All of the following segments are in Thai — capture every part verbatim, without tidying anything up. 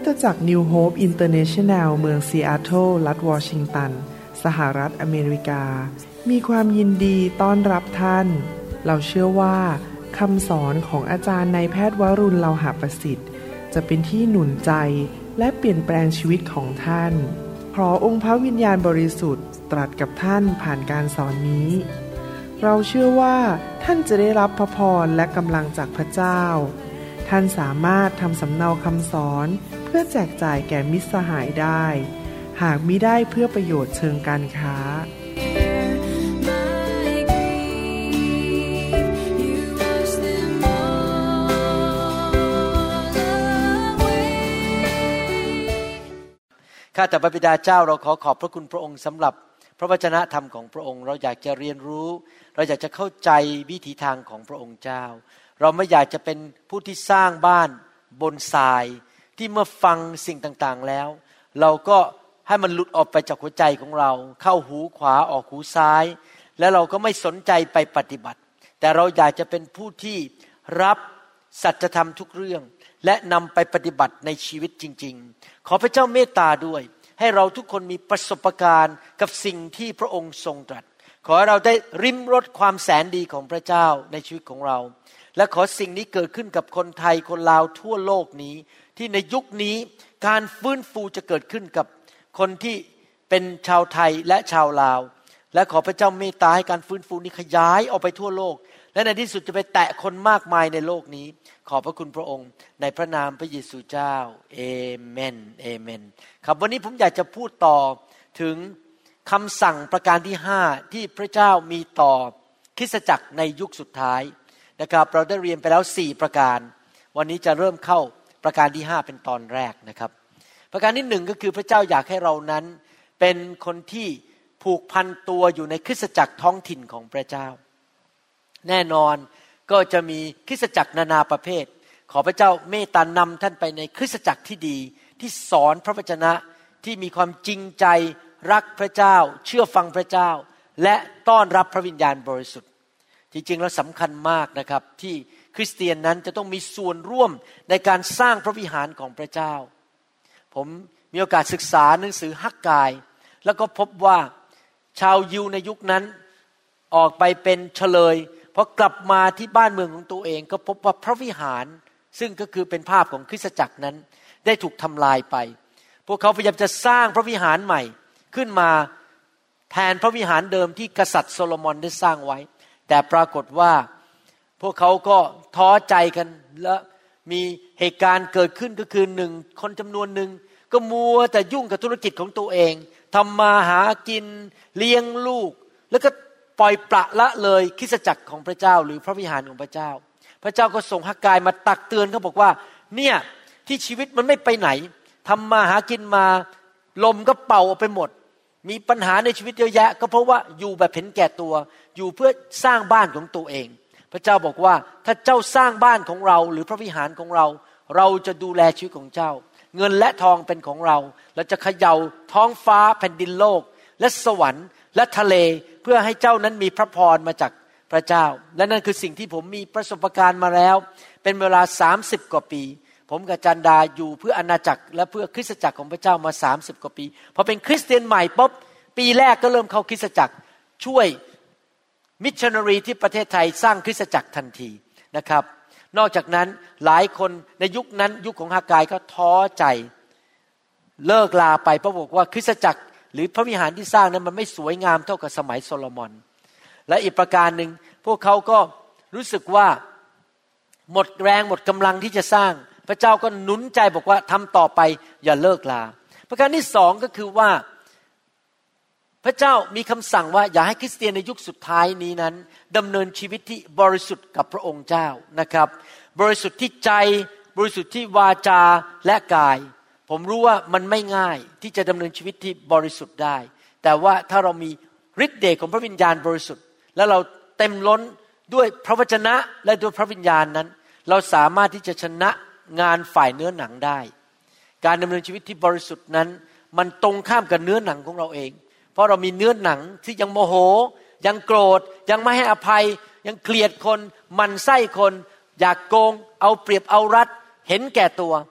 ตจักร New Hope International เมืองซีแอตเทิลรัฐวอชิงตันสหรัฐอเมริกามีความยินดีต้อนรับท่านเราเชื่อว่าคำสอนของอาจารย์นายแพทย์วรุณ เลาหะประสิทธิ์จะเป็นที่หนุนใจและเปลี่ยนแปลงชีวิตของท่านขอองค์พระวิญญาณบริสุทธิ์ตรัสกับท่านผ่านการสอนนี้เราเชื่อว่าท่านจะได้รับพระพรและกำลังจากพระเจ้าท่านสามารถทำสำเนาคำสอนเพื่อแจกจ่ายแก่มิตรสหายได้หากมิได้เพื่อประโยชน์เชิงการค้าข้าแต่พระบิดาเจ้าเราขอขอบพระคุณพระองค์สำหรับพระวจนะธรรมของพระองค์เราอยากจะเรียนรู้เราอยากจะเข้าใจวิถีทางของพระองค์เจ้าเราไม่อยากจะเป็นผู้ที่สร้างบ้านบนทรายที่เมื่อฟังสิ่งต่างๆแล้วเราก็ให้มันหลุดออกไปจากหัวใจของเราเข้าหูขวาออกหูซ้ายแล้วเราก็ไม่สนใจไปปฏิบัติแต่เราอยากจะเป็นผู้ที่รับสัจธรรมทุกเรื่องและนำไปปฏิบัติในชีวิตจริงๆขอพระเจ้าเมตตาด้วยให้เราทุกคนมีประสบการณ์กับสิ่งที่พระองค์ทรงตรัสขอให้เราได้ริมรสความแสนดีของพระเจ้าในชีวิตของเราและขอสิ่งนี้เกิดขึ้นกับคนไทยคนลาวทั่วโลกนี้ที่ในยุคนี้การฟื้นฟูจะเกิดขึ้นกับคนที่เป็นชาวไทยและชาวลาวและขอพระเจ้าเมตตาให้การฟื้นฟูนี้ขยายออกไปทั่วโลกและในที่สุดจะไปแตะคนมากมายในโลกนี้ขอบพระคุณพระองค์ในพระนามพระเยซูเจ้าเอเมนเอเมนครับวันนี้ผมอยากจะพูดต่อถึงคำสั่งประการที่ห้าที่พระเจ้ามีต่อคริสตจักรในยุคสุดท้ายนะครับเราได้เรียนไปแล้วสี่ประการวันนี้จะเริ่มเข้าประการที่ห้าเป็นตอนแรกนะครับประการที่หนึ่งก็คือพระเจ้าอยากให้เรานั้นเป็นคนที่ผูกพันตัวอยู่ในคริสตจักรท้องถิ่นของพระเจ้าแน่นอนก็จะมีคริสตจักรนานาประเภทขอพระเจ้าเมตตานำท่านไปในคริสตจักรที่ดีที่สอนพระวจนะที่มีความจริงใจรักพระเจ้าเชื่อฟังพระเจ้าและต้อนรับพระวิญญาณบริสุทธิ์จริงๆแล้วสำคัญมากนะครับที่คริสเตียนนั้นจะต้องมีส่วนร่วมในการสร้างพระวิหารของพระเจ้าผมมีโอกาสศึกษาหนังสือฮักกายแล้วก็พบว่าชาวยิวในยุคนั้นออกไปเป็นเฉลยพอกลับมาที่บ้านเมืองของตัวเองก็พบว่าพระวิหารซึ่งก็คือเป็นภาพของคริสตจักรนั้นได้ถูกทำลายไปพวกเขาพยายามจะสร้างพระวิหารใหม่ขึ้นมาแทนพระวิหารเดิมที่กษัตริย์โซโลมอนได้สร้างไว้แต่ปรากฏว่าพวกเขาก็ท้อใจกันและมีเหตุการณ์เกิดขึ้นก็คือหนึ่งคนจำนวนหนึ่งก็มัวแต่ยุ่งกับธุรกิจของตัวเองทำมาหากินเลี้ยงลูกแล้วก็ปล่อยปละละเลยคริสตจักรของพระเจ้าหรือพระวิหารของพระเจ้าพระเจ้าก็ส่งฮักกายมาตักเตือนเขาบอกว่าเนี่ยที่ชีวิตมันไม่ไปไหนทำมาหากินมาลมก็เป่าออกไปหมดมีปัญหาในชีวิตเยอะแยะก็เพราะว่าอยู่แบบเห็นแก่ตัวอยู่เพื่อสร้างบ้านของตัวเองพระเจ้าบอกว่าถ้าเจ้าสร้างบ้านของเราหรือพระวิหารของเราเราจะดูแลชีวิตของเจ้าเงินและทองเป็นของเราเราจะเขย่าท้องฟ้าแผ่นดินโลกและสวรรค์และทะเลเพื่อให้เจ้านั้นมีพระพรมาจากพระเจ้าและนั่นคือสิ่งที่ผมมีประสบการณ์มาแล้วเป็นเวลาสามสิบกว่าปีผมกับจันดาอยู่เพื่ออาณาจักรและเพื่อคริสตจักรของพระเจ้ามาสามสิบกว่าปีพอเป็นคริสเตียนใหม่ปุ๊บปีแรกก็เริ่มเข้าคริสตจักรช่วยมิชชันนารีที่ประเทศไทยสร้างคริสตจักรทันทีนะครับนอกจากนั้นหลายคนในยุคนั้นยุคของฮักกายก็ท้อใจเลิกลาไปเพราะบอกว่าคริสตจักรหรือพระวิหารที่สร้างนั้นมันไม่สวยงามเท่ากับสมัยโซโลมอนและอีกประการหนึ่งพวกเขาก็รู้สึกว่าหมดแรงหมดกำลังที่จะสร้างพระเจ้าก็หนุนใจบอกว่าทำต่อไปอย่าเลิกลาประการที่สองก็คือว่าพระเจ้ามีคำสั่งว่าอย่าให้คริสเตียนในยุคสุดท้ายนี้นั้นดำเนินชีวิตที่บริสุทธิ์กับพระองค์เจ้านะครับบริสุทธิ์ที่ใจบริสุทธิ์ที่วาจาและกายผมรู้ว่ามันไม่ง่ายที่จะดำเนินชีวิตที่บริสุทธิ์ได้แต่ว่าถ้าเรามีฤทธิ์เดชของพระวิญญาณบริสุทธิ์และเราเต็มล้นด้วยพระวจนะและด้วยพระวิญญาณนั้นเราสามารถที่จะชนะงานฝ่ายเนื้อหนังได้การดำเนินชีวิตที่บริสุทธิ์นั้นมันตรงข้ามกับเนื้อหนังของเราเองเพราะเรามีเนื้อหนังที่ยังโมโหยังโกรธยังไม่ให้อภัยยังเกลียดคนหมั่นไส้คนอยากโกงเอาเปรียบเอารัดเห็นแก่ตัว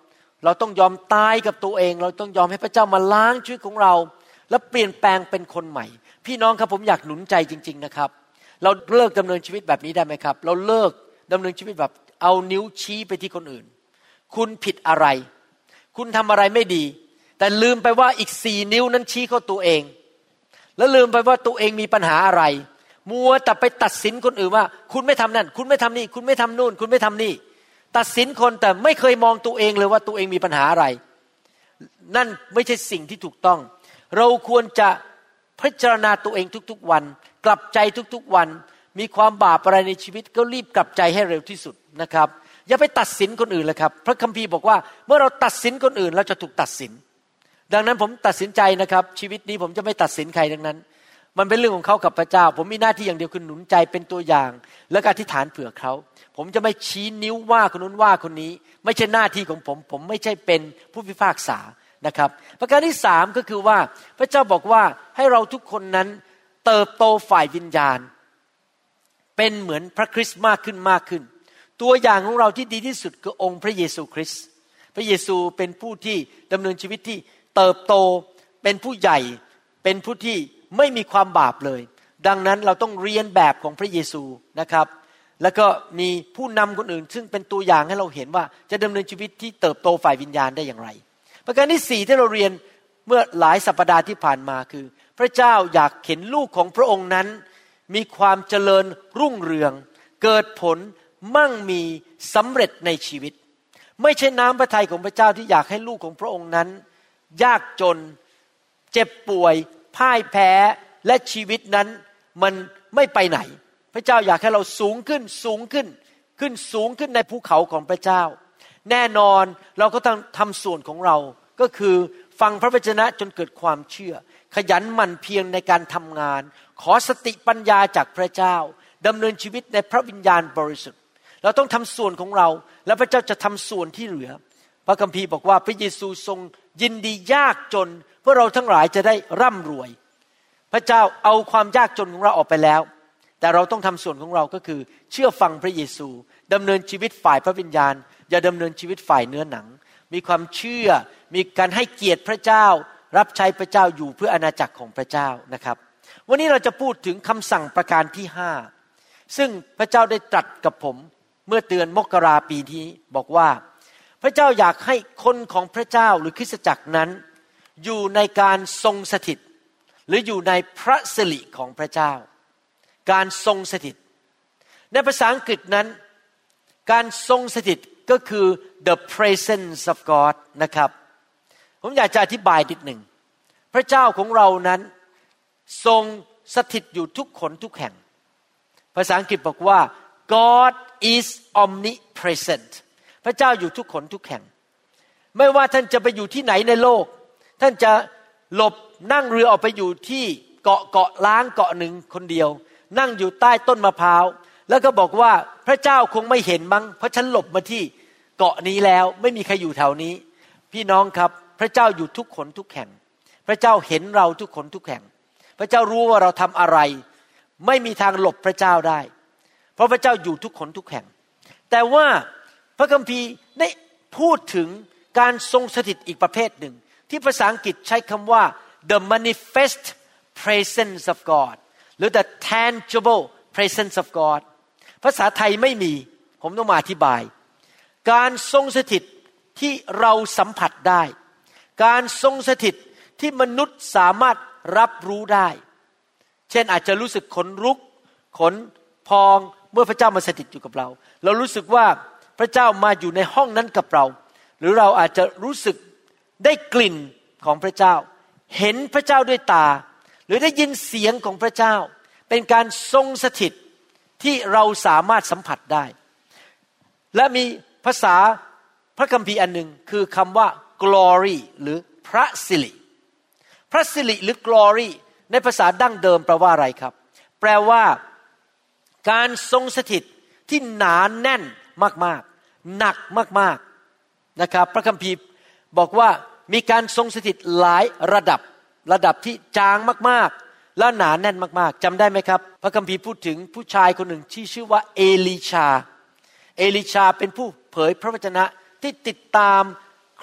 เราต้องยอมตายกับตัวเองเราต้องยอมให้พระเจ้ามาล้างชีวิตของเราและเปลี่ยนแปลงเป็นคนใหม่พี่น้องครับผมอยากหนุนใจจริงๆนะครับเราเลิกดำเนินชีวิตแบบนี้ได้ไหมครับเราเลิกดำเนินชีวิตแบบเอานิ้วชี้ไปที่คนอื่นคุณผิดอะไรคุณทำอะไรไม่ดีแต่ลืมไปว่าอีกสี่นิ้วนั้นชี้เข้าตัวเองแล้วลืมไปว่าตัวเองมีปัญหาอะไรมัวแต่ไปตัดสินคนอื่นว่าคุณไม่ทำนั่นคุณไม่ทำนี่คุณไม่ทำนู่นคุณไม่ทำนี่ตัดสินคนแต่ไม่เคยมองตัวเองเลยว่าตัวเองมีปัญหาอะไรนั่นไม่ใช่สิ่งที่ถูกต้องเราควรจะพิจารณาตัวเองทุกๆวันกลับใจทุกๆวันมีความบาปอะไรในชีวิตก็รีบกลับใจให้เร็วที่สุดนะครับอย่าไปตัดสินคนอื่นเลยครับพระคัมภีร์บอกว่าเมื่อเราตัดสินคนอื่นเราจะถูกตัดสินดังนั้นผมตัดสินใจนะครับชีวิตนี้ผมจะไม่ตัดสินใครทั้งนั้นมันเป็นเรื่องของเขากับพระเจ้าผมมีหน้าที่อย่างเดียวคือหนุนใจเป็นตัวอย่างและอธิษฐานเผื่อเขาผมจะไม่ชี้นิ้วว่าคนนู้นว่าคนนี้ไม่ใช่หน้าที่ของผมผมไม่ใช่เป็นผู้พิพากษานะครับประการที่สามก็คือว่าพระเจ้าบอกว่าให้เราทุกคนนั้นเติบโตฝ่ายวิญญาณเป็นเหมือนพระคริสต์มากขึ้นมากขึ้นตัวอย่างของเราที่ดีที่สุดคือองค์พระเยซูคริสต์พระเยซูเป็นผู้ที่ดำเนินชีวิตที่เติบโตเป็นผู้ใหญ่เป็นผู้ที่ไม่มีความบาปเลยดังนั้นเราต้องเรียนแบบของพระเยซูนะครับแล้วก็มีผู้นำคนอื่นซึ่งเป็นตัวอย่างให้เราเห็นว่าจะดำเนินชีวิตที่เติบโตฝ่ายวิญญาณได้อย่างไรประการที่สี่ที่เราเรียนเมื่อหลายสัปดาห์ที่ผ่านมาคือพระเจ้าอยากเห็นลูกของพระองค์นั้นมีความเจริญรุ่งเรืองเกิดผลมั่งมีสำเร็จในชีวิตไม่ใช่น้ำพระทัยของพระเจ้าที่อยากให้ลูกของพระองค์นั้นยากจนเจ็บป่วยพ่ายแพ้และชีวิตนั้นมันไม่ไปไหนพระเจ้าอยากให้เราสูงขึ้นสูงขึ้นขึ้นสูงขึ้นในภูเขาของพระเจ้าแน่นอนเราก็ต้องทำส่วนของเราก็คือฟังพระวจนะจนเกิดความเชื่อขยันหมั่นเพียรในการทำงานขอสติปัญญาจากพระเจ้าดำเนินชีวิตในพระวิญญาณบริสุทธิ์เราต้องทำส่วนของเราและพระเจ้าจะทำส่วนที่เหลือพระคัมภีร์บอกว่าพระเยซูทรงยินดียากจนเพื่อเราทั้งหลายจะได้ร่ำรวยพระเจ้าเอาความยากจนของเราออกไปแล้วแต่เราต้องทำส่วนของเราก็คือเชื่อฟังพระเยซูดำเนินชีวิตฝ่ายพระวิญญาณอย่าดำเนินชีวิตฝ่ายเนื้อหนังมีความเชื่อมีการให้เกียรติพระเจ้ารับใช้พระเจ้าอยู่เพื่ออาณาจักรของพระเจ้านะครับวันนี้เราจะพูดถึงคำสั่งประการที่ห้าซึ่งพระเจ้าได้ตรัสกับผมเมื่อเดือนมกราปีนี้บอกว่าพระเจ้าอยากให้คนของพระเจ้าหรือคริสตจักรนั้นอยู่ในการทรงสถิตหรืออยู่ในพระสิริของพระเจ้าการทรงสถิตในภาษาอังกฤษนั้นการทรงสถิตก็คือ the presence of God นะครับผมอยากจะอธิบายนิดหนึ่งพระเจ้าของเรานั้นทรงสถิตอยู่ทุกคนทุกแห่งภาษาอังกฤษบอกว่า God is omnipresent พระเจ้าอยู่ทุกคนทุกแห่งไม่ว่าท่านจะไปอยู่ที่ไหนในโลกท่านจะหลบนั่งเรือออกไปอยู่ที่เกาะเกาะล้างเกาะหนึ่งคนเดียวนั่งอยู่ใต้ต้นมะพร้าวแล้วก็บอกว่าพระเจ้าคงไม่เห็นมั้งเพราะฉันหลบมาที่เกาะนี้แล้วไม่มีใครอยู่แถวนี้พี่น้องครับพระเจ้าอยู่ทุกคนทุกแห่งพระเจ้าเห็นเราทุกคนทุกแห่งพระเจ้ารู้ว่าเราทำอะไรไม่มีทางหลบพระเจ้าได้เพราะพระเจ้าอยู่ทุกคนทุกแห่งแต่ว่าพระคัมภีร์ได้พูดถึงการทรงสถิตอีกประเภทหนึ่งที่ภาษาอังกฤษใช้คำว่า the manifest presence of God หรือ the tangible presence of God ภาษาไทยไม่มีผมต้องมาอธิบายการทรงสถิตที่เราสัมผัสได้การทรงสถิตที่มนุษย์สามารถรับรู้ได้เช่นอาจจะรู้สึกขนลุกขนพองเมื่อพระเจ้ามาสถิตอยู่กับเราเรารู้สึกว่าพระเจ้ามาอยู่ในห้องนั้นกับเราหรือเราอาจจะรู้สึกได้กลิ่นของพระเจ้าเห็นพระเจ้าด้วยตาหรือได้ยินเสียงของพระเจ้าเป็นการทรงสถิตที่เราสามารถสัมผัสได้และมีภาษาพระคัมภีร์อันหนึ่งคือคำว่า glory หรือพระสิริพระสิริหรือ glory ในภาษาดั้งเดิมแปลว่าอะไรครับแปลว่าการทรงสถิตที่หนาแน่นมากๆหนักมากๆนะครับพระคัมภีร์บอกว่ามีการทรงสถิตหลายระดับระดับที่จางมากๆและหนาแน่นมากๆจำได้ไหมครับพระคัมภีร์พูดถึงผู้ชายคนหนึ่งที่ชื่อว่าเอลีชาเอลีชาเป็นผู้เผยพระวจนะที่ติดตามค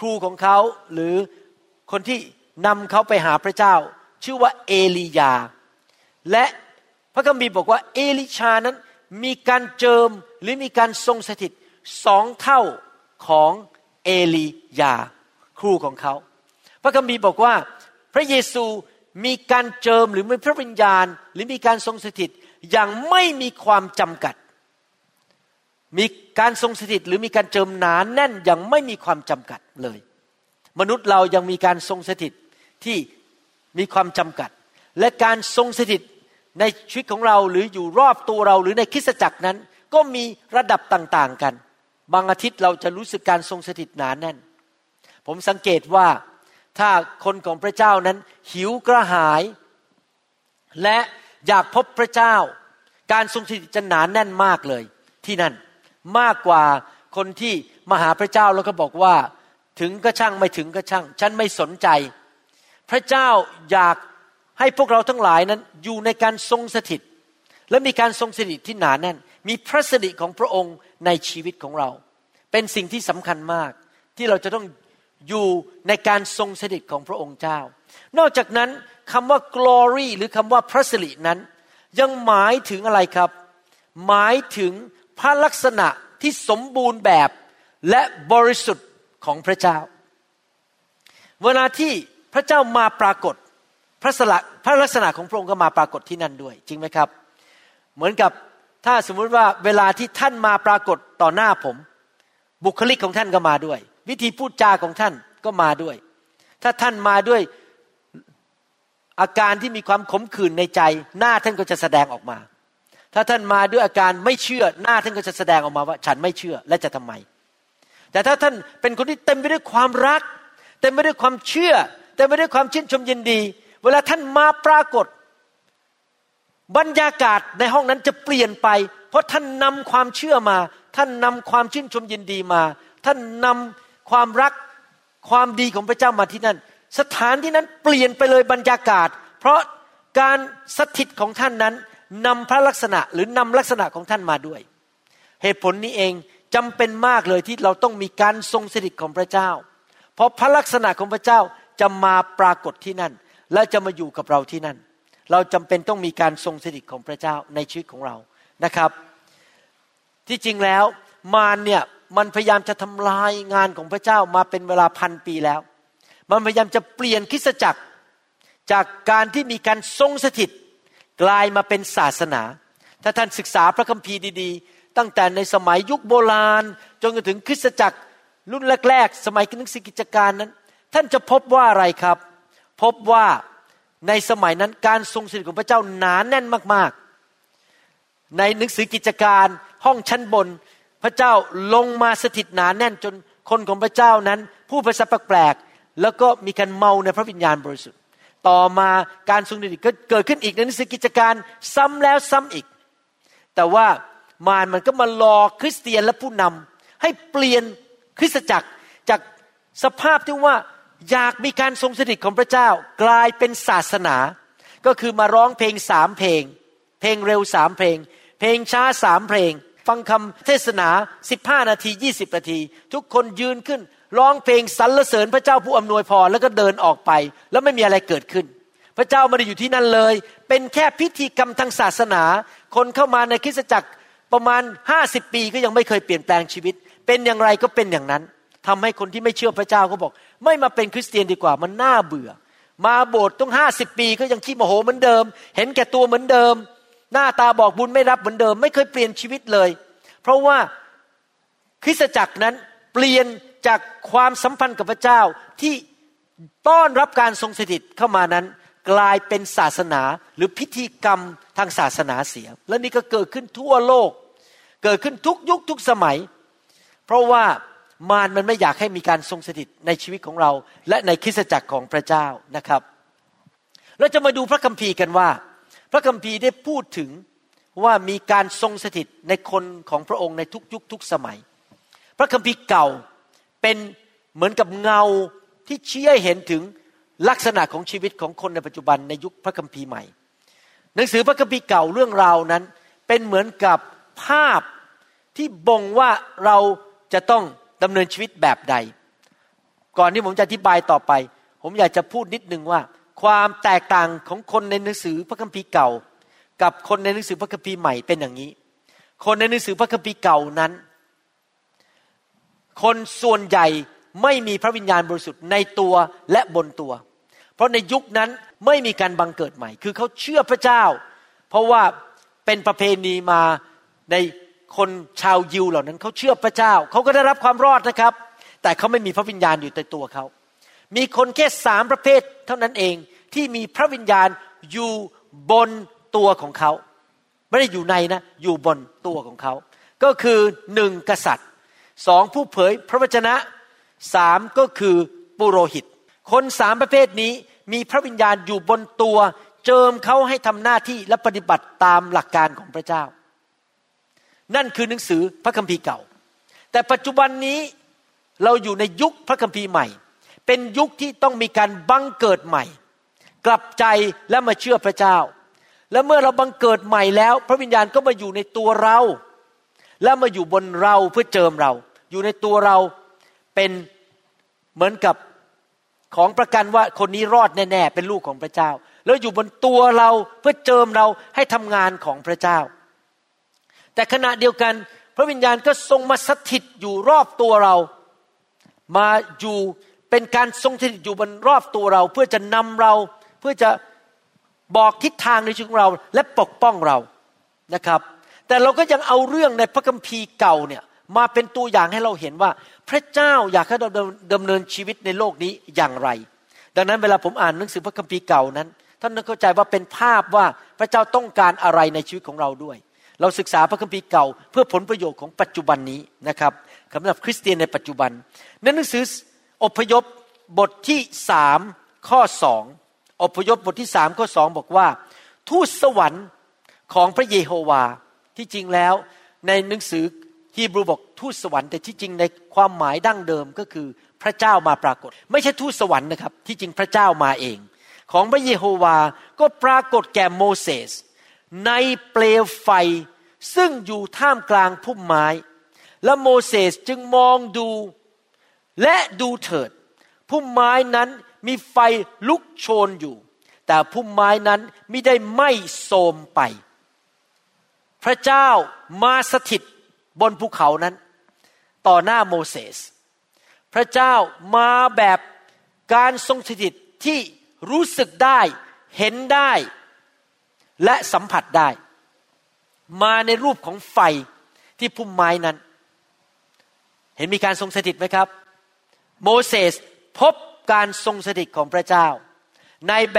ครูของเขาหรือคนที่นำเขาไปหาพระเจ้าชื่อว่าเอลียาและพระคัมภีร์บอกว่าเอลิชานั้นมีการเจิมหรือมีการทรงสถิตสองเท่าของเอลียาครูของเขาพระคัมภีร์บอกว่าพระเยซูมีการเจิมหรือมีพระวิญญาณหรือมีการทรงสถิตอย่างไม่มีความจำกัดมีการทรงสถิตหรือมีการเจิมหนาแน่นอย่างไม่มีความจำกัดเลยมนุษย์เรายังมีการทรงสถิตที่มีความจำกัดและการทรงสถิตในชีวิตของเราหรืออยู่รอบตัวเราหรือในคริสตจักรนั้นก็มีระดับต่างๆกันบางอาทิตย์เราจะรู้สึกการทรงสถิตหนาแน่นผมสังเกตว่าถ้าคนของพระเจ้านั้นหิวกระหายและอยากพบพระเจ้าการทรงสถิตจะหนาแน่นมากเลยที่นั่นมากกว่าคนที่มาหาพระเจ้าแล้วก็บอกว่าถึงก็ช่างไม่ถึงก็ช่างฉันไม่สนใจพระเจ้าอยากให้พวกเราทั้งหลายนั้นอยู่ในการทรงสถิตและมีการทรงสถิตที่หนาแน่นมีพระสิริของพระองค์ในชีวิตของเราเป็นสิ่งที่สำคัญมากที่เราจะต้องอยู่ในการทรงสถิตของพระองค์เจ้านอกจากนั้นคำว่า glory หรือคำว่าพระสิรินั้นยังหมายถึงอะไรครับหมายถึงพระลักษณะที่สมบูรณ์แบบและบริสุทธิ์ของพระเจ้าเวลาที่พระเจ้ามาปรากฏพระสละพระลักษณะของพระองค์ก็มาปรากฏที่นั่นด้วยจริงไหมครับเหมือนกับถ้าสมมุติว่าเวลาที่ท่านมาปรากฏต่อหน้าผมบุคลิกของท่านก็มาด้วยวิธีพูดจาของท่านก็มาด้วยถ้าท่านมาด้วยอาการที่มีความขมขื่นในใจหน้าท่านก็จะแสดงออกมาถ้าท่านมาด้วยอาการไม่เชื่อหน้าท่านก็จะแสดงออกมาว่าฉันไม่เชื่อและจะทำไมแต่ถ้าท่านเป็นคนที่เต็มไปด้วยความรักเต็มไปด้วยความเชื่อเต็มไปด้วยความชื่นชมยินดีเวลาท่านมาปรากฏบรรยากาศในห้องนั้นจะเปลี่ยนไปเพราะท่านนำความเชื่อมาท่านนำความชื่นชมยินดีมาท่านนำความรักความดีของพระเจ้ามาที่นั่นสถานที่นั้นเปลี่ยนไปเลยบรรยากาศเพราะการสถิตของท่านนั้นนำพระลักษณะหรือนำลักษณะของท่านมาด้วยเหตุผลนี้เองจำเป็นมากเลยที่เราต้องมีการทรงสถิตของพระเจ้าเพราะพระลักษณะของพระเจ้าจะมาปรากฏที่นั่นและจะมาอยู่กับเราที่นั่นเราจำเป็นต้องมีการทรงสถิตของพระเจ้าในชีวิตของเรานะครับที่จริงแล้วมารเนี่ยมันพยายามจะทำลายงานของพระเจ้ามาเป็นเวลาพันปีแล้วมันพยายามจะเปลี่ยนคริสตจักรจากการที่มีการทรงสถิตกลายมาเป็นศาสนาถ้าท่านศึกษาพระคัมภีร์ดีๆตั้งแต่ในสมัยยุคโบราณจนถึงคริสตจักรรุ่นแรกๆสมัยหนังสือกิจการนั้นท่านจะพบว่าอะไรครับพบว่าในสมัยนั้นการทรงสถิตของพระเจ้าหนาแน่นมากๆในหนังสือกิจการห้องชั้นบนพระเจ้าลงมาสถิตหนาแน่นจนคนของพระเจ้านั้นพูดภาษาแปลกๆแล้วก็มีการเมาในพระวิญญาณบริสุทธิ์ต่อมาการทรงสถิตก็เกิดขึ้นอีกในหนังสือกิจการซ้ำแล้วซ้ำอีกแต่ว่ามารมันก็มาหลอกคริสเตียนและผู้นำให้เปลี่ยนคริสตจักรจากสภาพที่ว่าอยากมีการทรงสถิตของพระเจ้ากลายเป็นศาสนาก็คือมาร้องเพลงสามเพลงเพลงเร็วสามเพลงเพลงช้าสามเพลงฟังคำเทศนาสิบห้านาทียี่สิบนาทีทุกคนยืนขึ้นร้องเพลงสรรเสริญพระเจ้าผู้อำนวยพรแล้วก็เดินออกไปแล้วไม่มีอะไรเกิดขึ้นพระเจ้าไม่ได้อยู่ที่นั่นเลยเป็นแค่พิธีกรรมทางศาสนาคนเข้ามาในคริสตจักรประมาณห้าสิบปีก็ยังไม่เคยเปลี่ยนแปลงชีวิตเป็นอย่างไรก็เป็นอย่างนั้นทำให้คนที่ไม่เชื่อพระเจ้าก็บอกไม่มาเป็นคริสเตียนดีกว่ามันน่าเบื่อมาโบสถ์ต้องห้าสิบปีก็ยังขี้โมโหเหมือนเดิมเห็นแก่ตัวเหมือนเดิมหน้าตาบอกบุญไม่รับเหมือนเดิมไม่เคยเปลี่ยนชีวิตเลยเพราะว่าคริสตจักรนั้นเปลี่ยนจากความสัมพันธ์กับพระเจ้าที่ต้อนรับการทรงสถิตเข้ามานั้นกลายเป็นศาสนาหรือพิธีกรรมทางศาสนาเสียและนี่ก็เกิดขึ้นทั่วโลกเกิดขึ้นทุกยุคทุกสมัยเพราะว่ามารมันไม่อยากให้มีการทรงสถิตในชีวิตของเราและในคริสตจักรของพระเจ้านะครับเราจะมาดูพระคัมภีร์กันว่าพระคัมภีร์ได้พูดถึงว่ามีการทรงสถิตในคนของพระองค์ในทุกยุคทุกสมัยพระคัมภีร์เก่าเป็นเหมือนกับเงาที่ชี้ให้เห็นถึงลักษณะของชีวิตของคนในปัจจุบันในยุคพระคัมภีร์ใหม่หนังสือพระคัมภีร์เก่าเรื่องราวนั้นเป็นเหมือนกับภาพที่บ่งว่าเราจะต้องดำเนินชีวิตแบบใดก่อนที่ผมจะอธิบายต่อไปผมอยากจะพูดนิดนึงว่าความแตกต่างของคนในหนังสือพระคัมภีร์เก่ากับคนในหนังสือพระคัมภีร์ใหม่เป็นอย่างนี้คนในหนังสือพระคัมภีร์เก่านั้นคนส่วนใหญ่ไม่มีพระวิญญาณบริสุทธิ์ในตัวและบนตัวเพราะในยุคนั้นไม่มีการบังเกิดใหม่คือเขาเชื่อพระเจ้าเพราะว่าเป็นประเพณีมาในคนชาวยิวเหล่านั้นเขาเชื่อพระเจ้าเขาก็ได้รับความรอดนะครับแต่เขาไม่มีพระวิญญาณอยู่ในตัวเขามีคนแค่สามประเภทเท่านั้นเองที่มีพระวิญญาณอยู่บนตัวของเขาไม่ได้อยู่ในนะอยู่บนตัวของเขาก็คือหนึ่งกษัตริย์สองผู้เผยพระวจนะสามก็คือปุโรหิตคนสามประเภทนี้มีพระวิญญาณอยู่บนตัวเจิมเขาให้ทำหน้าที่และปฏิบัติตามหลักการของพระเจ้านั่นคือหนังสือพระคัมภีร์เก่าแต่ปัจจุบันนี้เราอยู่ในยุคพระคัมภีร์ใหม่เป็นยุคที่ต้องมีการบังเกิดใหม่กลับใจและมาเชื่อพระเจ้าและเมื่อเราบังเกิดใหม่แล้วพระวิญญาณก็มาอยู่ในตัวเราและมาอยู่บนเราเพื่อเจิมเราอยู่ในตัวเราเป็นเหมือนกับของประกันว่าคนนี้รอดแน่ๆเป็นลูกของพระเจ้าแล้วอยู่บนตัวเราเพื่อเจิมเราให้ทำงานของพระเจ้าแต่ขณะเดียวกันพระวิญญาณก็ทรงมาสถิตอยู่รอบตัวเรามาอยู่เป็นการทรงสถิตอยู่บนรอบตัวเราเพื่อจะนำเราเพื่อจะบอกทิศทางในชีวิตของเราและปกป้องเรานะครับแต่เราก็ยังเอาเรื่องในพระคัมภีร์เก่าเนี่ยมาเป็นตัวอย่างให้เราเห็นว่าพระเจ้าอยากให้เราดำเนินชีวิตในโลกนี้อย่างไรดังนั้นเวลาผมอ่านหนังสือพระคัมภีร์เก่านั้นท่านต้องเข้าใจว่าเป็นภาพว่าพระเจ้าต้องการอะไรในชีวิตของเราด้วยเราศึกษาพระคัมภีร์เก่าเพื่อผลประโยชน์ของปัจจุบันนี้นะครับสำหรับคริสเตียนในปัจจุบันในหนังสืออพยพบทที่สามข้อสองอพยพบทที่สามข้อสองบอกว่าทูตสวรรค์ของพระเยโฮวาที่จริงแล้วในหนังสือฮีบรูบอกทูตสวรรค์แต่ที่จริงในความหมายดั้งเดิมก็คือพระเจ้ามาปรากฏไม่ใช่ทูตสวรรค์นะครับที่จริงพระเจ้ามาเองของพระเยโฮวาก็ปรากฏแก่โมเสสในเปลวไฟซึ่งอยู่ท่ามกลางพุ่มไม้และโมเสสจึงมองดูและดูเถิดพุ่มไม้นั้นมีไฟลุกโชนอยู่แต่พุ่มไม้นั้นมิได้ไหม้โทรมไปพระเจ้ามาสถิตบนภูเขานั้นต่อหน้าโมเสสพระเจ้ามาแบบการทรงสถิตที่รู้สึกได้เห็นได้และสัมผัสได้มาในรูปของไฟที่พุ่มไม้นั้นเห็นมีการทรงสถิตไหมครับโมเสสพบการทรงสถิตของพระเจ้าในแบบ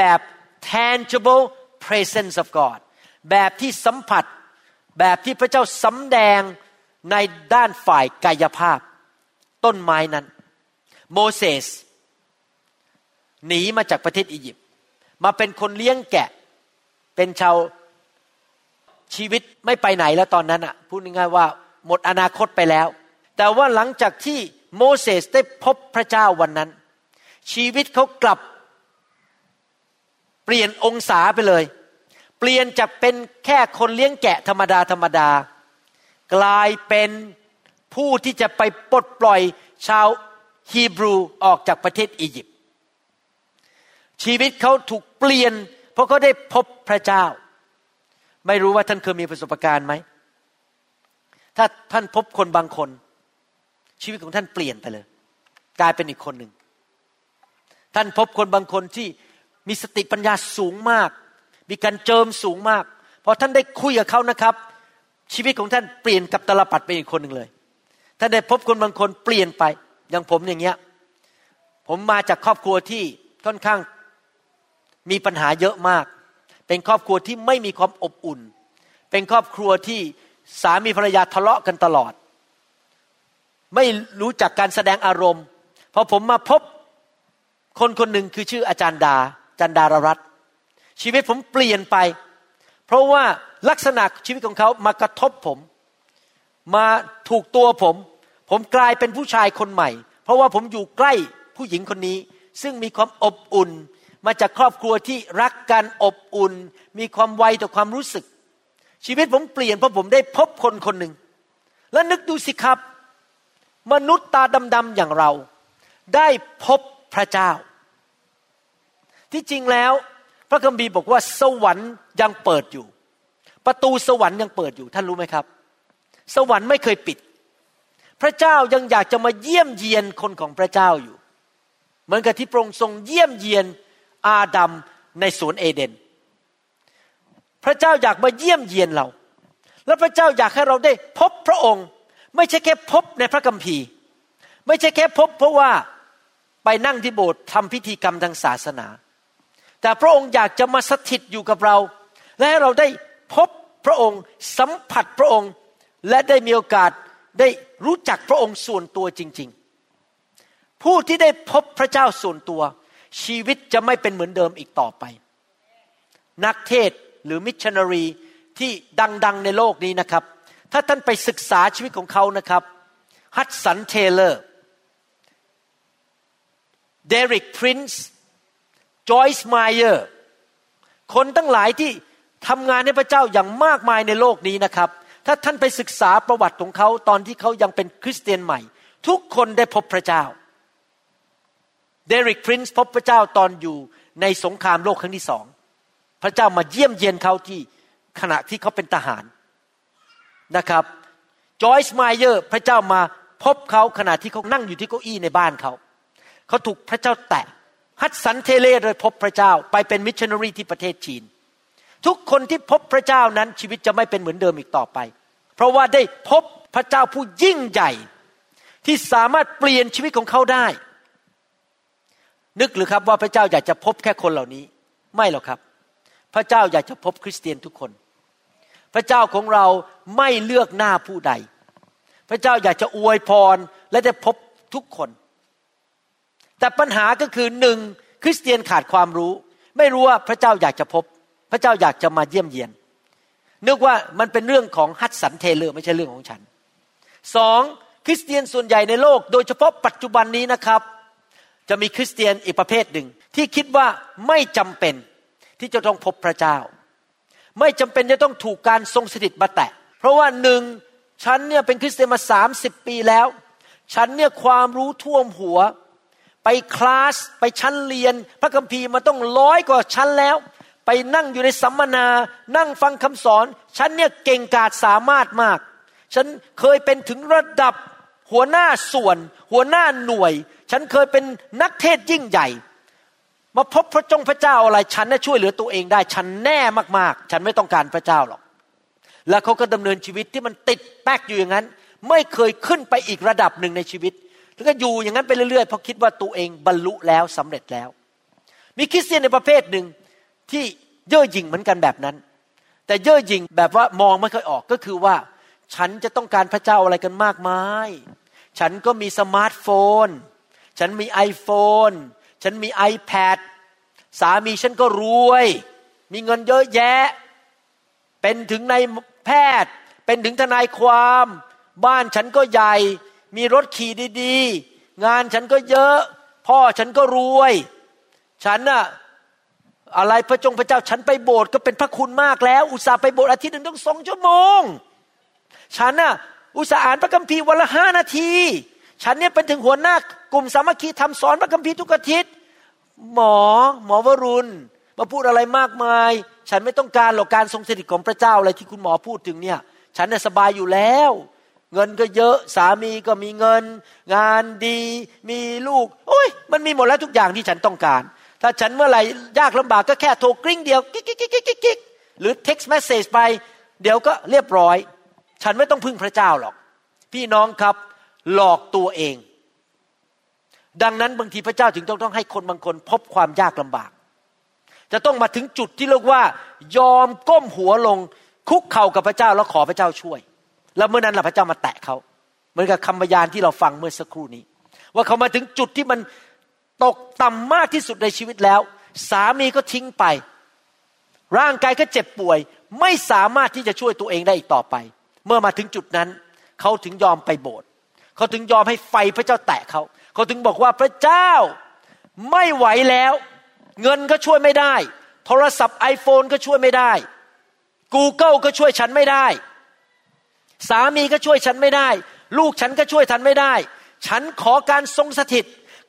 tangible presence of God แบบที่สัมผัสแบบที่พระเจ้าสำแดงในด้านฝ่ายกายภาพต้นไม้นั้นโมเสสหนีมาจากประเทศอียิปต์มาเป็นคนเลี้ยงแกะเป็นชาวชีวิตไม่ไปไหนแล้วตอนนั้นอ่ะพูดง่ายๆว่าหมดอนาคตไปแล้วแต่ว่าหลังจากที่โมเสสได้พบพระเจ้าวันนั้นชีวิตเขากลับเปลี่ยนองศาไปเลยเปลี่ยนจากเป็นแค่คนเลี้ยงแกะธรรมดาธรรมดากลายเป็นผู้ที่จะไปปลดปล่อยชาวฮีบรูออกจากประเทศอียิปต์ชีวิตเขาถูกเปลี่ยนเพราะเขาได้พบพระเจ้าไม่รู้ว่าท่านเคยมีประสบการณ์ไหมถ้าท่านพบคนบางคนชีวิตของท่านเปลี่ยนไปเลยกลายเป็นอีกคนหนึ่งท่านพบคนบางคนที่มีสติปัญญาสูงมากมีการเจิมสูงมากพอท่านได้คุยกับเขานะครับชีวิตของท่านเปลี่ยนกับตลปัดเป็นอีกคนหนึ่งเลยท่านได้พบคนบางคนเปลี่ยนไปอย่างผมอย่างเงี้ยผมมาจากครอบครัวที่ค่อนข้างมีปัญหาเยอะมากเป็นครอบครัวที่ไม่มีความอบอุ่นเป็นครอบครัวที่สามีภรรยาทะเลาะกันตลอดไม่รู้จักการแสดงอารมณ์พอผมมาพบคนคนหนึ่งคือชื่ออาจารย์ดาจันดารรัตน์ชีวิตผมเปลี่ยนไปเพราะว่าลักษณะชีวิตของเขามากระทบผมมาถูกตัวผมผมกลายเป็นผู้ชายคนใหม่เพราะว่าผมอยู่ใกล้ผู้หญิงคนนี้ซึ่งมีความอบอุ่นมาจากครอบครัวที่รักกันอบอุ่นมีความไวต่อความรู้สึกชีวิตผมเปลี่ยนเพราะผมได้พบคนคนหนึ่งแล้วนึกดูสิครับมนุษย์ตาดำๆอย่างเราได้พบพระเจ้าที่จริงแล้วพระคัมภีร์บอกว่าสวรรค์ยังเปิดอยู่ประตูสวรรค์ยังเปิดอยู่ท่านรู้ไหมครับสวรรค์ไม่เคยปิดพระเจ้ายังอยากจะมาเยี่ยมเยียนคนของพระเจ้าอยู่เหมือนกับที่พระองค์ทรงเยี่ยมเยียนอาดัมในสวนเอเดนพระเจ้าอยากมาเยี่ยมเยียนเราและพระเจ้าอยากให้เราได้พบพระองค์ไม่ใช่แค่พบในพระคัมภีร์ไม่ใช่แค่พบเพราะว่าไปนั่งที่โบสถ์ทำพิธีกรรมทางศาสนาแต่พระองค์อยากจะมาสถิตอยู่กับเราและให้เราได้พบพระองค์สัมผัสพระองค์และได้มีโอกาสได้รู้จักพระองค์ส่วนตัวจริงๆผู้ที่ได้พบพระเจ้าส่วนตัวชีวิตจะไม่เป็นเหมือนเดิมอีกต่อไปนักเทศหรือมิชชันนารีที่ดังๆในโลกนี้นะครับถ้าท่านไปศึกษาชีวิตของเขานะครับฮัดสันเทเลอร์เดริกพรินซ์จอยส์ไมเออร์คนตั้งหลายที่ทำงานให้พระเจ้าอย่างมากมายในโลกนี้นะครับถ้าท่านไปศึกษาประวัติของเขาตอนที่เขายังเป็นคริสเตียนใหม่ทุกคนได้พบพระเจ้าเดริกพรินซ์พบพระเจ้าตอนอยู่ในสงครามโลกครั้งที่สองพระเจ้ามาเยี่ยมเยียนเขาที่ขณะที่เขาเป็นทหารนะครับจอยส์ไมเออร์พระเจ้ามาพบเขาขณะที่เขานั่งอยู่ที่เก้าอี้ในบ้านเขาเขาถูกพระเจ้าแตะฮัดสันเทเลอร์เลยพบพระเจ้าไปเป็นมิชชันนารีที่ประเทศจีนทุกคนที่พบพระเจ้านั้นชีวิตจะไม่เป็นเหมือนเดิมอีกต่อไปเพราะว่าได้พบพระเจ้าผู้ยิ่งใหญ่ที่สามารถเปลี่ยนชีวิตของเขาได้นึกหรือครับว่าพระเจ้าอยากจะพบแค่คนเหล่านี้ไม่หรอกครับพระเจ้าอยากจะพบคริสเตียนทุกคนพระเจ้าของเราไม่เลือกหน้าผู้ใดพระเจ้าอยากจะอวยพรและได้พบทุกคนแต่ปัญหาก็คือหนึ่งคริสเตียนขาดความรู้ไม่รู้ว่าพระเจ้าอยากจะพบพระเจ้าอยากจะมาเยี่ยมเยียนนึกว่ามันเป็นเรื่องของฮัดสันเทเลอร์ไม่ใช่เรื่องของฉันสองคริสเตียนส่วนใหญ่ในโลกโดยเฉพาะปัจจุบันนี้นะครับจะมีคริสเตียนอีกประเภทหนึ่งที่คิดว่าไม่จำเป็นที่จะต้องพบพระเจ้าไม่จำเป็นจะต้องถูกการทรงสถิตมาแตะเพราะว่าหนึ่งฉันเนี่ยเป็นคริสเตียนมาสามสิบปีแล้วฉันเนี่ยความรู้ท่วมหัวไปคลาสไปชั้นเรียนพระคัมภีร์มาต้องร้อยกว่าชั้นแล้วไปนั่งอยู่ในสัมมนานั่งฟังคำสอนฉันเนี่ยเก่งกาจสามารถมากฉันเคยเป็นถึงระดับหัวหน้าส่วนหัวหน้าหน่วยฉันเคยเป็นนักเทศยิ่งใหญ่มาพบพระจงพระเจ้าอะไรฉันน่ะช่วยเหลือตัวเองได้ฉันแน่มากๆฉันไม่ต้องการพระเจ้าหรอกแล้วเขาก็ดำเนินชีวิตที่มันติดแป๊กอยู่อย่างนั้นไม่เคยขึ้นไปอีกระดับหนึ่งในชีวิตแล้วก็อยู่อย่างนั้นไปเรื่อยๆเพราะคิดว่าตัวเองบรรลุแล้วสำเร็จแล้วมีคริสเตียนในประเภทหนึ่งที่เย่อหยิ่งเหมือนกันแบบนั้นแต่เย่อหยิ่งแบบว่ามองไม่ค่อยออกก็คือว่าฉันจะต้องการพระเจ้าอะไรกันมากมายฉันก็มีสมาร์ทโฟนฉันมี iPhone ฉันมี iPad สามีฉันก็รวยมีเงินเยอะแยะเป็นถึงนายแพทย์เป็นถึงทนายความบ้านฉันก็ใหญ่มีรถขี่ดีๆงานฉันก็เยอะพ่อฉันก็รวยฉันน่ะอะไรพระจงพระเจ้าฉันไปโบสถ์ก็เป็นพระคุณมากแล้วอุตส่าห์ไปโบสถ์อาทิตย์นึงต้องสองชั่วโมงฉันน่ะอุตส่าห์อ่านพระคัมภีร์วันละห้านาทีฉันเนี่ยเป็นถึงหัวหน้ากลุ่มสามัคคีทำสอนพระคัมภีร์ทุกอาทิตย์หมอหมอวรุณมาพูดอะไรมากมายฉันไม่ต้องการหรอกการทรงสถิตของพระเจ้าอะไรที่คุณหมอพูดถึงเนี่ยฉันน่ะสบายอยู่แล้วเงินก็เยอะสามีก็มีเงินงานดีมีลูกโอ้ยมันมีหมดแล้วทุกอย่างที่ฉันต้องการถ้าฉันเมื่อไหร่ยากลำบากก็แค่โทรกริ้งเดียวกิ๊กกิ๊กกิ๊กกิ๊กกิ๊กหรือ text message ไปเดี๋ยวก็เรียบร้อยฉันไม่ต้องพึ่งพระเจ้าหรอกพี่น้องครับหลอกตัวเองดังนั้นบางทีพระเจ้าถึงต้องต้องให้คนบางคนพบความยากลำบากจะต้องมาถึงจุดที่เรียกว่ายอมก้มหัวลงคุกเข่ากับพระเจ้าแล้วขอพระเจ้าช่วยแล้วเมื่อนั้นล่ะพระเจ้ามาแตะเขาเหมือนกับคำพยานที่เราฟังเมื่อสักครู่นี้ว่าเขามาถึงจุดที่มันตกต่ำมากที่สุดในชีวิตแล้วสามีก็ทิ้งไปร่างกายก็เจ็บป่วยไม่สามารถที่จะช่วยตัวเองได้อีกต่อไปเมื่อมาถึงจุดนั้นเขาถึงยอมไปโบสถ์เขาถึงยอมให้ไฟพระเจ้าแตะเขาเขาถึงบอกว่าพระเจ้าไม่ไหวแล้วเงินก็ช่วยไม่ได้โทรศัพท์ iPhone ก็ช่วยไม่ได้ Google ก็ช่วยฉันไม่ได้สามีก็ช่วยฉันไม่ได้ลูกฉันก็ช่วยฉันไม่ได้ฉันขอการทรงสถิต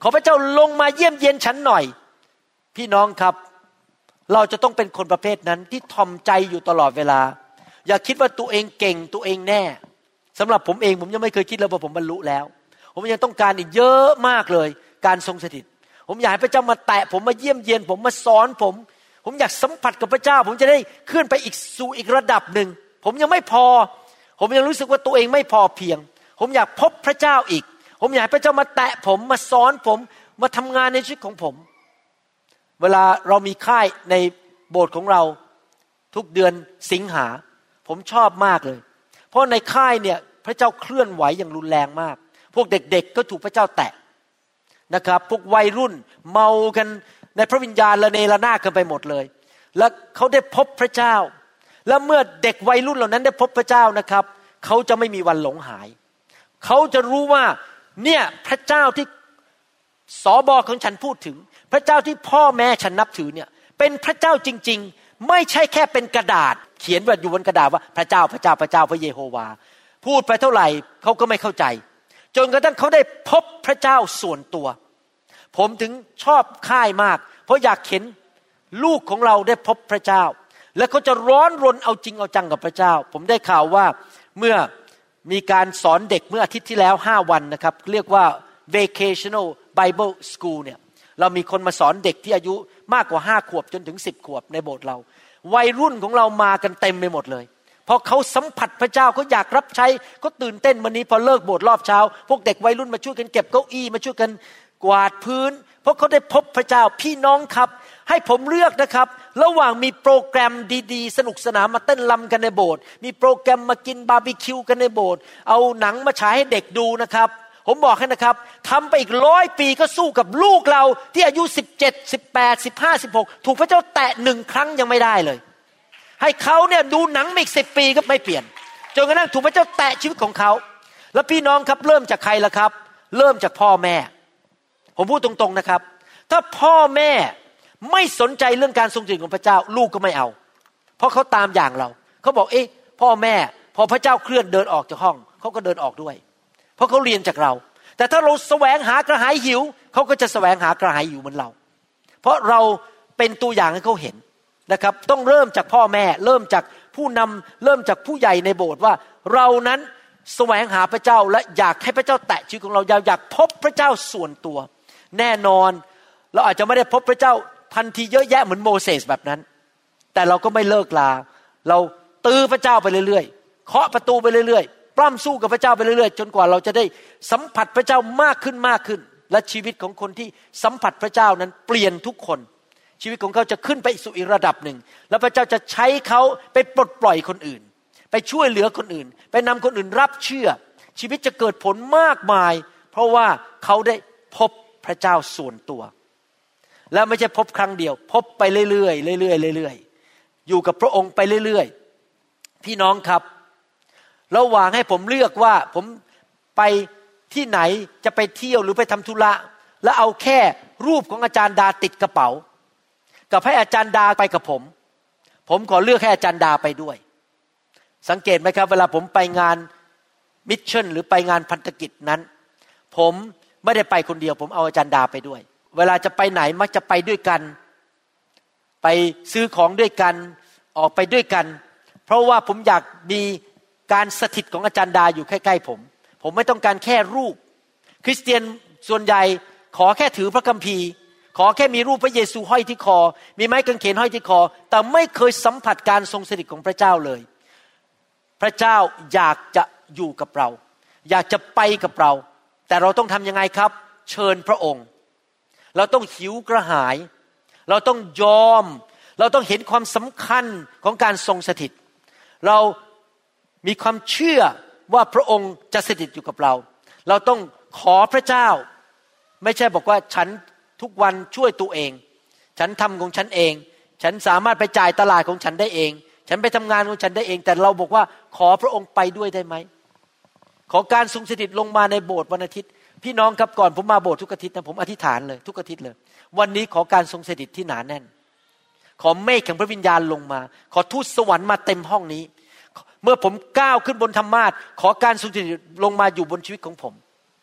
ขอพระเจ้าลงมาเยี่ยมเยียนฉันหน่อยพี่น้องครับเราจะต้องเป็นคนประเภทนั้นที่ทอมใจอยู่ตลอดเวลาอย่าคิดว่าตัวเองเก่งตัวเองแน่สำหรับผมเองผมยังไม่เคยคิดเลยว่าผมบรรลุแล้วผมยังต้องการอีกเยอะมากเลยการทรงสถิตผมอยากให้พระเจ้ามาแตะผมมาเยี่ยมเยียนผมมาสอนผมผมอยากสัมผัสกับพระเจ้าผมจะได้ขึ้นไปอีกสู่อีกระดับหนึ่งผมยังไม่พอผมยังรู้สึกว่าตัวเองไม่พอเพียงผมอยากพบพระเจ้าอีกผมอยากให้พระเจ้ามาแตะผมมาสอนผมมาทำงานในชีวิตของผมเวลาเรามีค่ายในโบสถ์ของเราทุกเดือนสิงหาผมชอบมากเลยเพราะในค่ายเนี่ยพระเจ้าเคลื่อนไหวอย่างรุนแรงมากพวกเด็กๆก็ถูกพระเจ้าแตะนะครับพวกวัยรุ่นเมากันในพระวิญญาณละเนระนาดกันไปหมดเลยแล้วเขาได้พบพระเจ้าแล้วเมื่อเด็กวัยรุ่นเหล่านั้นได้พบพระเจ้านะครับเขาจะไม่มีวันหลงหายเขาจะรู้ว่าเนี่ยพระเจ้าที่สบของฉันพูดถึงพระเจ้าที่พ่อแม่ฉันนับถือเนี่ยเป็นพระเจ้าจริงๆไม่ใช่แค่เป็นกระดาษเขียนไว้อยู่บนกระดาษว่าพระเจ้าพระเจ้าพระเจ้าพระเยโฮวาพูดไปเท่าไหร่เขาก็ไม่เข้าใจจนกระทั่งเขาได้พบพระเจ้าส่วนตัวผมถึงชอบค่ายมากเพราะอยากเห็นลูกของเราได้พบพระเจ้าและเขาจะร้อนรนเอาจริงเอาจังกับพระเจ้าผมได้ข่าวว่าเมื่อมีการสอนเด็กเมื่ออาทิตย์ที่แล้วห้าวันนะครับเรียกว่า Vacational Bible School เนี่ยเรามีคนมาสอนเด็กที่อายุมากกว่าห้าขวบจนถึงสิบขวบในโบสถ์เราวัยรุ่นของเรามากันเต็มไปหมดเลยเพราะเขาสัมผัสพระเจ้าเขาอยากรับใช้เขาตื่นเต้นวันนี้พอเลิกโบสถ์รอบเช้าพวกเด็กวัยรุ่นมาช่วยกันเก็บเก้าอี้มาช่วยกันกวาดพื้นเพราะเขาได้พบพระเจ้าพี่น้องครับให้ผมเลือกนะครับระหว่างมีโปรแกรมดีๆสนุกสนานมาเต้นรำกันในโบสถ์มีโปรแกรมมากินบาร์บีคิวกันในโบสถ์เอาหนังมาฉายให้เด็กดูนะครับผมบอกให้นะครับทำไปอีกร้อยปีก็สู้กับลูกเราที่อายุสิบเจ็ด สิบแปด สิบห้า สิบหกถูกพระเจ้าแตะหนึ่งครั้งยังไม่ได้เลยให้เขาเนี่ยดูหนังอีกสิบปีก็ไม่เปลี่ยนจนกระทั่งถูกพระเจ้าแตะชีวิตของเขาแล้วพี่น้องครับเริ่มจากใครล่ะครับเริ่มจากพ่อแม่ผมพูดตรงๆนะครับถ้าพ่อแม่ไม่สนใจเรื่องการทรงสถิตของพระเจ้าลูกก็ไม่เอาเพราะเขาตามอย่างเราเขาบอกเอ๊ะพ่อแม่พอพระเจ้าเคลื่อนเดินออกจากห้องเขาก็เดินออกด้วยเพราะเขาเรียนจากเราแต่ถ้าเราแสวงหากระหายหิวเขาก็จะแสวงหากระหายหิวเหมือนเราเพราะเราเป็นตัวอย่างให้เขาเห็นนะครับต้องเริ่มจากพ่อแม่เริ่มจากผู้นำเริ่มจากผู้ใหญ่ในโบสถ์ว่าเรานั้นแสวงหาพระเจ้าและอยากให้พระเจ้าแตะชีวิตของเราอยากพบพระเจ้าส่วนตัวแน่นอนเราอาจจะไม่ได้พบพระเจ้าทันทีเยอะแยะเหมือนโมเสสแบบนั้นแต่เราก็ไม่เลิกลาเราตื้อพระเจ้าไปเรื่อยๆเคาะประตูไปเรื่อยๆปล้ำสู้กับพระเจ้าไปเรื่อยๆจนกว่าเราจะได้สัมผัสพระเจ้ามากขึ้นมากขึ้นและชีวิตของคนที่สัมผัสพระเจ้านั้นเปลี่ยนทุกคนชีวิตของเขาจะขึ้นไปสู่อีกระดับหนึ่งแล้วพระเจ้าจะใช้เขาไปปลดปล่อยคนอื่นไปช่วยเหลือคนอื่นไปนำคนอื่นรับเชื่อชีวิตจะเกิดผลมากมายเพราะว่าเขาได้พบพระเจ้าส่วนตัวแล้วไม่ใช่พบครั้งเดียวพบไปเรื่อยๆเรื่อยๆเรื่อยๆอยู่กับพระองค์ไปเรื่อยๆพี่น้องครับระหว่างให้ผมเลือกว่าผมไปที่ไหนจะไปเที่ยวหรือไปทำธุระแล้วเอาแค่รูปของอาจารย์ดาติดกระเป๋ากับให้อาจารย์ดาไปกับผมผมขอเลือกให้อาจารย์ดาไปด้วยสังเกตไหมครับเวลาผมไปงานมิชชั่นหรือไปงานพันธกิจนั้นผมไม่ได้ไปคนเดียวผมเอาอาจารย์ดาไปด้วยเวลาจะไปไหนมักจะไปด้วยกันไปซื้อของด้วยกันออกไปด้วยกันเพราะว่าผมอยากมีการสถิตของอาจารย์ดาอยู่ใกล้ๆผมผมไม่ต้องการแค่รูปคริสเตียนส่วนใหญ่ขอแค่ถือพระคัมภีร์ขอแค่มีรูปพระเยซูห้อยที่คอมีไม้กางเขนห้อยที่คอแต่ไม่เคยสัมผัสการทรงสถิตของพระเจ้าเลยพระเจ้าอยากจะอยู่กับเราอยากจะไปกับเราแต่เราต้องทำยังไงครับเชิญพระองค์เราต้องหิวกระหายเราต้องยอมเราต้องเห็นความสำคัญของการทรงสถิตเรามีความเชื่อว่าพระองค์จะสถิตอยู่กับเราเราต้องขอพระเจ้าไม่ใช่บอกว่าฉันทุกวันช่วยตัวเองฉันทำของฉันเองฉันสามารถไปจ่ายตลาดของฉันได้เองฉันไปทำงานของฉันได้เองแต่เราบอกว่าขอพระองค์ไปด้วยได้ไหมขอการทรงสถิตลงมาในโบสถ์วันอาทิตย์พี่น้องครับก่อนผมมาโบสถ์ทุกอาทิตย์นะผมอธิษฐานเลยทุกอาทิตย์เลยวันนี้ขอการทรงสถิตที่หนาแน่นขอเมฆแห่งพระวิญญาณลงมาขอทูตสวรรค์มาเต็มห้องนี้เมื่อผมก้าวขึ้นบนธรรมาสน์ขอการทรงสถิตลงมาอยู่บนชีวิตของผม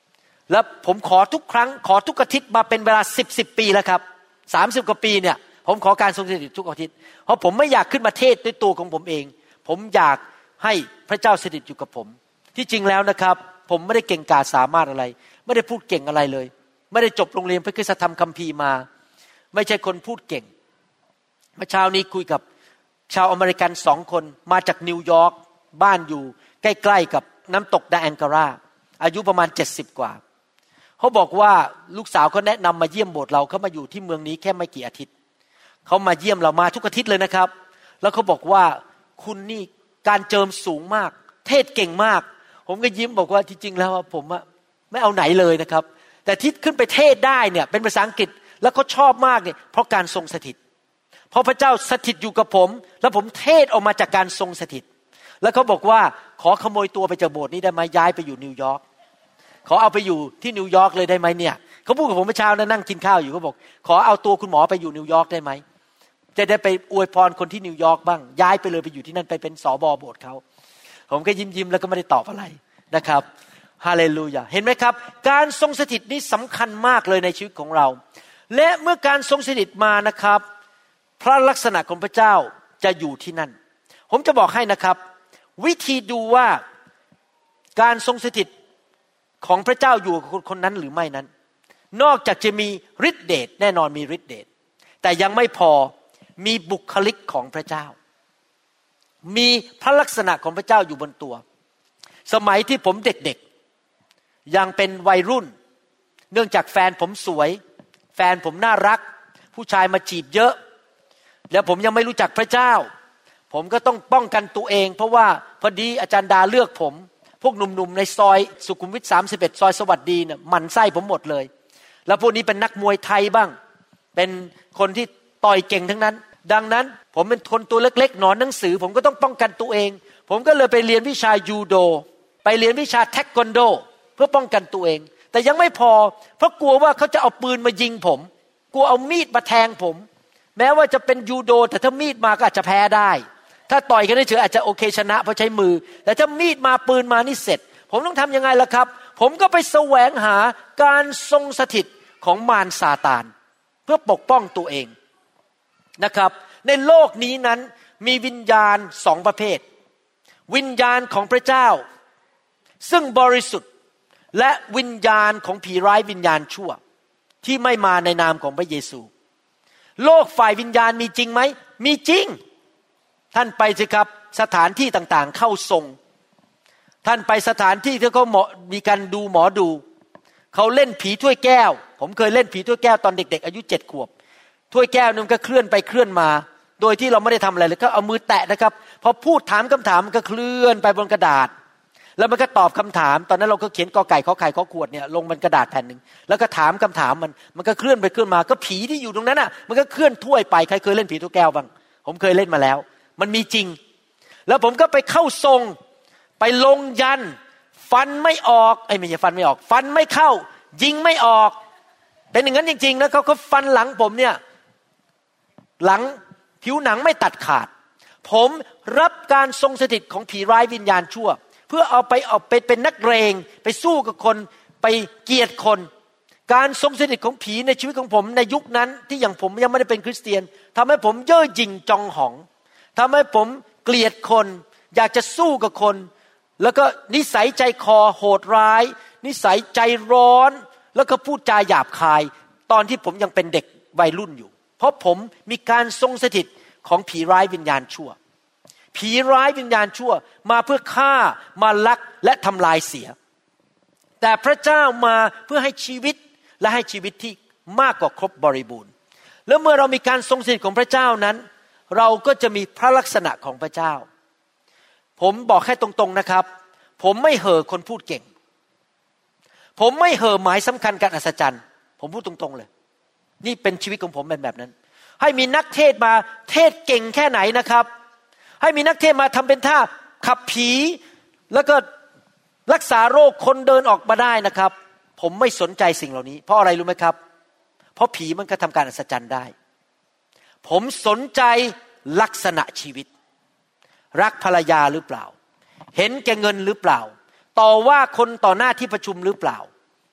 แล้วผมขอทุกครั้งขอทุกอาทิตย์มาเป็นเวลาสิบสิบปีแล้วครับสามสิบกว่าปีเนี่ยผมขอการทรงสถิตทุกอาทิตย์เพราะผมไม่อยากขึ้นมาเทศด้วยตัวของผมเองผมอยากให้พระเจ้าสถิตอยู่กับผมที่จริงแล้วนะครับผมไม่ได้เก่งกาจสามารถอะไรไม่ได้พูดเก่งอะไรเลยไม่ได้จบโรงเรียนพระคริสตธรรมคัมภีร์มาไม่ใช่คนพูดเก่งเมื่อเช้านี้คุยกับชาวอเมริกันสองคนมาจากนิวยอร์กบ้านอยู่ใกล้ๆกับน้ำตกไดแองการาอายุประมาณเจ็ดสิบกว่าเขาบอกว่าลูกสาวเขาแนะนำมาเยี่ยมโบสถ์เราเขามาอยู่ที่เมืองนี้แค่ไม่กี่อาทิตย์เขามาเยี่ยมเรามาทุกอาทิตย์เลยนะครับแล้วเขาบอกว่าคุณนี่การเจิมสูงมากเทศเก่งมากผมก็ยิ้มบอกว่าที่จริงแล้วผมอะไม่เอาไหนเลยนะครับแต่ที่ขึ้นไปเทศได้เนี่ยเป็นภาษาอังกฤษแล้วเขาชอบมากเนี่ยเพราะการทรงสถิตเพราะพระเจ้าสถิตอยู่กับผมแล้วผมเทศออกมาจากการทรงสถิตแล้วเขาบอกว่าขอขโมยตัวไปจากโบสถ์นี้ได้ไหมย้ายไปอยู่นิวยอร์กขอเอาไปอยู่ที่นิวยอร์กเลยได้ไหมเนี่ยเขาพูดกับผมเมื่อเช้านะนั่งกินข้าวอยู่เขาบอกขอเอาตัวคุณหมอไปอยู่นิวยอร์กได้ไหมจะได้ไปอวยพรคนที่นิวยอร์กบ้างย้ายไปเลยไปอยู่ที่นั่นไปเป็นสบโบสถ์เขาผมก็ยิ้มยิ้มแล้วก็ไม่ได้ตอบอะไรนะครับฮาเลลูยาเห็นไหมครับการทรงสถิตนี้สำคัญมากเลยในชีวิตของเราและเมื่อการทรงสถิตมานะครับพระลักษณะของพระเจ้าจะอยู่ที่นั่นผมจะบอกให้นะครับวิธีดูว่าการทรงสถิตของพระเจ้าอยู่กับคนนั้นหรือไม่นั้นนอกจากจะมีฤทธิเดชแน่นอนมีฤทธิเดชแต่ยังไม่พอมีบุคลิกของพระเจ้ามีพระลักษณะของพระเจ้าอยู่บนตัวสมัยที่ผมเด็กๆยังเป็นวัยรุ่นเนื่องจากแฟนผมสวยแฟนผมน่ารักผู้ชายมาจีบเยอะแล้วผมยังไม่รู้จักพระเจ้าผมก็ต้องป้องกันตัวเองเพราะว่าพอดีอาจารย์ดาเลือกผมพวกหนุ่มๆในซอยสุขุมวิทสามสิบเอ็ดซอยสวัสดีเนี่ยหมั่นไส้ผมหมดเลยแล้วพวกนี้เป็นนักมวยไทยบ้างเป็นคนที่ต่อยเก่งทั้งนั้นดังนั้นผมเป็นคนตัวเล็กๆหนอนหนังสือผมก็ต้องป้องกันตัวเองผมก็เลยไปเรียนวิชายูโดไปเรียนวิชาเทควันโดเพื่อป้องกันตัวเองแต่ยังไม่พอเพราะกลัวว่าเขาจะเอาปืนมายิงผมกลัวเอามีดมาแทงผมแม้ว่าจะเป็นยูโดแต่ถ้ามีดมาก็อาจจะแพ้ได้ถ้าต่อยกันเฉยๆอาจจะโอเคชนะเพราะใช้มือแต่ถ้ามีดมาปืนมานี่เสร็จผมต้องทำยังไงล่ะครับผมก็ไปแสวงหาการทรงสถิตของมารซาตานเพื่อปกป้องตัวเองนะครับในโลกนี้นั้นมีวิญญาณสองประเภทวิญญาณของพระเจ้าซึ่งบริสุทธิ์และวิญญาณของผีร้ายวิญญาณชั่วที่ไม่มาในนามของพระเยซูโลกฝ่ายวิญญาณมีจริงไหมมีจริงท่านไปสิครับสถานที่ต่างๆเข้าทรงท่านไปสถานที่ที่เขามีการดูหมอดูเขาเล่นผีถ้วยแก้วผมเคยเล่นผีถ้วยแก้วตอนเด็กๆอายุเจ็ดขวบถ้วยแก้วนึงก็เคลื่อนไปเคลื่อนมาโดยที่เราไม่ได้ทำอะไรเลยก็เอามือแตะนะครับพอพูดถามคำถามมันก็เคลื่อนไปบนกระดาษแล้วมันก็ตอบคำถามตอนนั้นเราก็เขียนกอไก่ขอไข่ขอขวดเนี่ยลงบนกระดาษแผ่นนึงแล้วก็ถามคำถามมันมันก็เคลื่อนไปเคลื่อนมาก็ผีที่อยู่ตรงนั้นน่ะมันก็เคลื่อนถ้วยไปใครเคยเล่นผีถ้วยแก้วบ้างผมเคยเล่นมาแล้วมันมีจริงแล้วผมก็ไปเข้าทรงไปลงยันฟันไม่ออกไอ้ไม่ใช่ฟันไม่ออกฟันไม่เข้ายิงไม่ออกเป็นอย่างนั้นจริงๆนะเขาเขาฟันหลังผมเนี่ยหลังผิวหนังไม่ตัดขาดผมรับการทรงสถิตของผีร้ายวิญญาณชั่วเพื่อเอาไปเอาไปเป็นนักเลงไปสู้กับคนไปเกลียดคนการทรงสถิตของผีในชีวิตของผมในยุคนั้นที่อย่างผมยังไม่ได้เป็นคริสเตียนทำให้ผมเย่อหยิ่งจองหองทำให้ผมเกลียดคนอยากจะสู้กับคนแล้วก็นิสัยใจคอโหดร้ายนิสัยใจร้อนแล้วก็พูดจาหยาบคายตอนที่ผมยังเป็นเด็กวัยรุ่นอยู่เพราะผมมีการทรงสถิตของผีร้ายวิญญาณชั่วผีร้ายวิญญาณชั่วมาเพื่อฆ่ามาลักและทำลายเสียแต่พระเจ้ามาเพื่อให้ชีวิตและให้ชีวิตที่มากกว่าครบบริบูรณ์แล้วเมื่อเรามีการทรงสถิตของพระเจ้านั้นเราก็จะมีพระลักษณะของพระเจ้าผมบอกแค่ตรงๆนะครับผมไม่เห่อคนพูดเก่งผมไม่เห่อหมายสำคัญการอัศจรรย์ผมพูดตรงๆเลยนี่เป็นชีวิตของผมเป็นแบบนั้นให้มีนักเทศมาเทศเก่งแค่ไหนนะครับให้มีนักเทศมาทำเป็นท่าขับผีแล้วก็รักษาโรคคนเดินออกมาได้นะครับผมไม่สนใจสิ่งเหล่านี้เพราะอะไรรู้ไหมครับเพราะผีมันก็ทำการอัศจรรย์ได้ผมสนใจลักษณะชีวิตรักภรรยาหรือเปล่าเห็นแก่เงินหรือเปล่าต่อว่าคนต่อหน้าที่ประชุมหรือเปล่า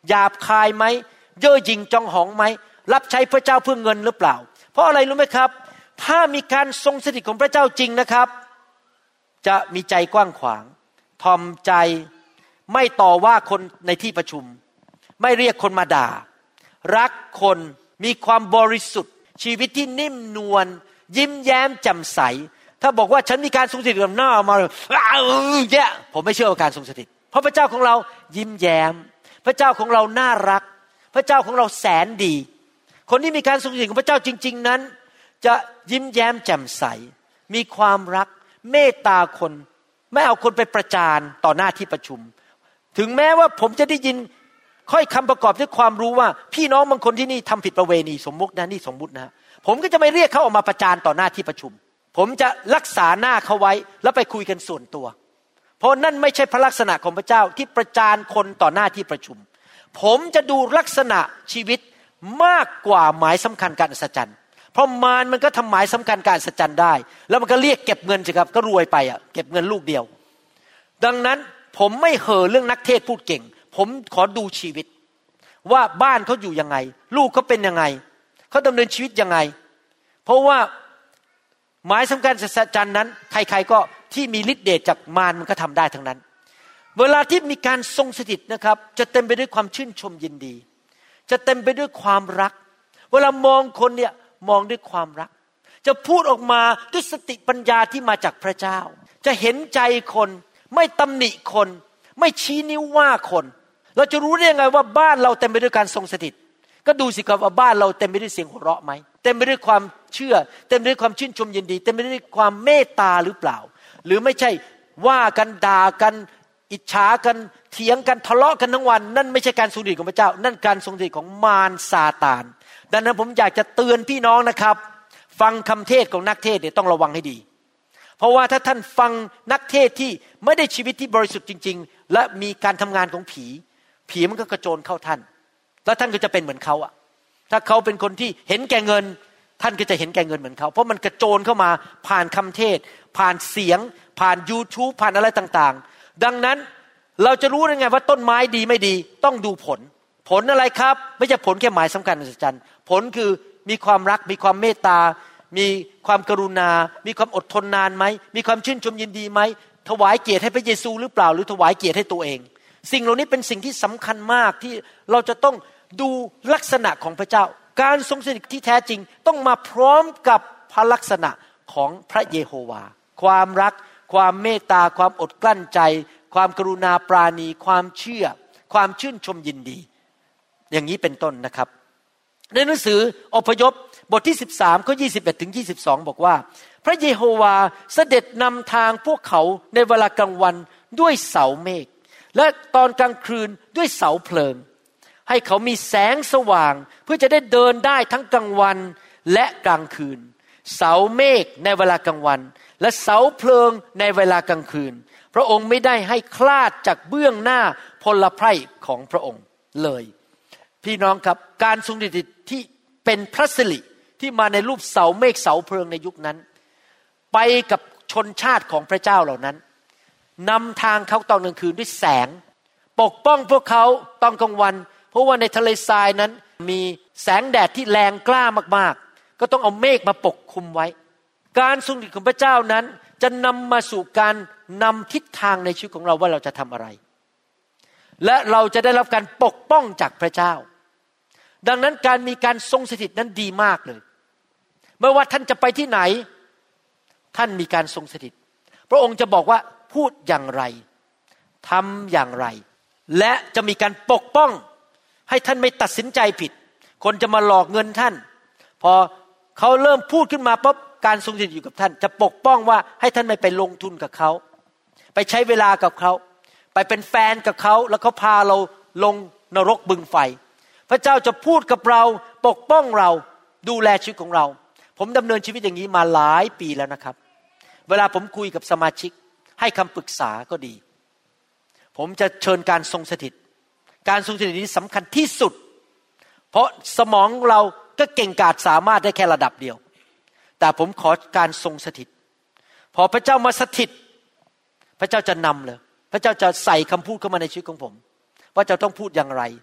หยาบคายไหมเย่อหยิ่งจองหองไหมรับใช้พระเจ้าเพื่อเงินหรือเปล่าเพราะอะไรรู้ไหมครับถ้ามีการทรงสถิตของพระเจ้าจริงนะครับจะมีใจกว้างขวางทอมใจไม่ต่อว่าคนในที่ประชุมไม่เรียกคนมาด่ารักคนมีความบริสุทธิ์ชีวิตที่นิ่มนวลยิ้มแย้มแจ่มใสถ้าบอกว่าฉันมีการทรงสถิตกับหน้ามาเนี่ยผมไม่เชื่อว่าการทรงสถิตเพราะพระเจ้าของเรายิ้มแย้มพระเจ้าของเราน่ารักพระเจ้าของเราแสนดีคนที่มีการทรงสถิตของพระเจ้าจริงๆนั้นจะยิ้มแย้มแจ่มใสมีความรักเมตตาคนไม่เอาคนไปประจานต่อหน้าที่ประชุมถึงแม้ว่าผมจะได้ยินค่อยคำประกอบด้วยความรู้ว่าพี่น้องบางคนที่นี่ทำผิดประเวณีสมมุตินะนี่สมมุตินะผมก็จะไม่เรียกเขาออกมาประจานต่อหน้าที่ประชุมผมจะรักษาหน้าเขาไว้แล้วไปคุยกันส่วนตัวเพราะนั่นไม่ใช่พระลักษณะของพระเจ้าที่ประจานคนต่อหน้าที่ประชุมผมจะดูลักษณะชีวิตมากกว่าหมายสำคัญการอัศจรรย์เพราะมารมันก็ทำหมายสำคัญการอัศจรรย์ได้แล้วมันก็เรียกเก็บเงินสิครับก็รวยไปอ่ะเก็บเงินลูกเดียวดังนั้นผมไม่เห่อเรื่องนักเทศพูดเก่งผมขอดูชีวิตว่าบ้านเขาอยู่ยังไงลูกเขาเป็นยังไงเขาดำเนินชีวิตยังไงเพราะว่าหมายสำคัญอัศจรรย์นั้นใครๆก็ที่มีฤทธิ์เดชจากมารมันก็ทำได้ทั้งนั้นเวลาที่มีการทรงสถิตนะครับจะเต็มไปด้วยความชื่นชมยินดีจะเต็มไปด้วยความรักเวลามองคนเนี่ยมองด้วยความรักจะพูดออกมาด้วยสติปัญญาที่มาจากพระเจ้าจะเห็นใจคนไม่ตำหนิคนไม่ชี้นิ้วว่าคนเราจะรู้ได้ยังไงว่าบ้านเราเต็มไปด้วยการทรงสถิตก็ดูสิครับว่าบ้านเราเต็มไปด้วยเสียงหัวเราะไหมเต็มไปด้วยความเชื่อเต็มไปด้วยความชื่นชมยินดีเต็มไปด้วยความเมตตาหรือเปล่าหรือไม่ใช่ว่ากันด่ากันอิจฉากันเถียงกันทะเลาะกันทั้งวันนั่นไม่ใช่การทรงสถิตของพระเจ้านั่นการทรงสถิตของมารซาตานดังนั้นผมอยากจะเตือนพี่น้องนะครับฟังคำเทศของนักเทศเนี่ยต้องระวังให้ดีเพราะว่าถ้าท่านฟังนักเทศที่ไม่ได้ชีวิตที่บริสุทธิ์จริงๆและมีการทำงานของผีผีมันก็กระโจนเข้าท่านแล้วท่านก็จะเป็นเหมือนเขาอะถ้าเขาเป็นคนที่เห็นแก่เงินท่านก็จะเห็นแก่เงินเหมือนเขาเพราะมันกระโจนเข้ามาผ่านคำเทศผ่านเสียงผ่าน YouTube ผ่านอะไรต่างๆดังนั้นเราจะรู้ได้ไงว่าต้นไม้ดีไม่ดีต้องดูผลผลอะไรครับไม่ใช่ผลแค่หมายสำคัญอัศจรรย์ผลคือมีความรักมีความเมตตามีความกรุณามีความอดทนนานไหมมีความชื่นชมยินดีไหมถวายเกียรติให้พระเยซูหรือเปล่าหรือถวายเกียรติให้ตัวเองสิ่งเหล่านี้เป็นสิ่งที่สำคัญมากที่เราจะต้องดูลักษณะของพระเจ้าการทรงสถิตที่แท้จริงต้องมาพร้อมกับพระลักษณะของพระเยโฮวาความรักความเมตตาความอดกลั้นใจความกรุณาปราณีความเชื่อความชื่นชมยินดีอย่างนี้เป็นต้นนะครับในหนังสืออพยพบทที่สิบสามข้อยี่สิบเอ็ดถึงยี่สิบสองบอกว่าพระเยโฮวาเสด็จนำทางพวกเขาในเวลากลางวันด้วยเสาเมฆและตอนกลางคืนด้วยเสาเพลิงให้เขามีแสงสว่างเพื่อจะได้เดินได้ทั้งกลางวันและกลางคืนเสาเมฆในเวลากลางวันและเสาเพลิงในเวลากลางคืนพระองค์ไม่ได้ให้คลาดจากเบื้องหน้าพลไพร่ของพระองค์เลยพี่น้องครับการทรงสถิตที่เป็นพระสิริที่มาในรูปเสาเมฆเสาเพลิงในยุคนั้นไปกับชนชาติของพระเจ้าเหล่านั้นนำทางเขาตอนกลางคืนด้วยแสงปกป้องพวกเขาตอนกลางวันเพราะว่าในทะเลทรายนั้นมีแสงแดดที่แรงกล้ามากๆก็ต้องเอาเมฆมาปกคลุมไว้การทรงสถิตของพระเจ้านั้นจะนำมาสู่การนำทิศทางในชีวิตของเราว่าเราจะทำอะไรและเราจะได้รับการปกป้องจากพระเจ้าดังนั้นการมีการทรงสถิตนั้นดีมากเลยไม่ว่าท่านจะไปที่ไหนท่านมีการทรงสถิตพระองค์จะบอกว่าพูดอย่างไรทำอย่างไรและจะมีการปกป้องให้ท่านไม่ตัดสินใจผิดคนจะมาหลอกเงินท่านพอเขาเริ่มพูดขึ้นมาปั๊บการทรงสถิตอยู่กับท่านจะปกป้องว่าให้ท่านไม่ไปลงทุนกับเขาไปใช้เวลากับเขาไปเป็นแฟนกับเขาแล้วเขาพาเราลงนรกบึงไฟพระเจ้าจะพูดกับเราปกป้องเราดูแลชีวิตของเราผมดำเนินชีวิตอย่างนี้มาหลายปีแล้วนะครับเวลาผมคุยกับสมาชิกให้คำปรึกษาก็ดีผมจะเชิญการทรงสถิตการทรงสถิตนี้สำคัญที่สุดเพราะสมองเราก็เก่งกาจสามารถได้แค่ระดับเดียวแต่ผมขอการทรงสถิตพอพระเจ้ามาสถิตพระเจ้าจะนำเลยพระเจ้าจะใส่คำพูดเข้ามาในชีวิตของผมว่าจะต้องพูดอย่างไร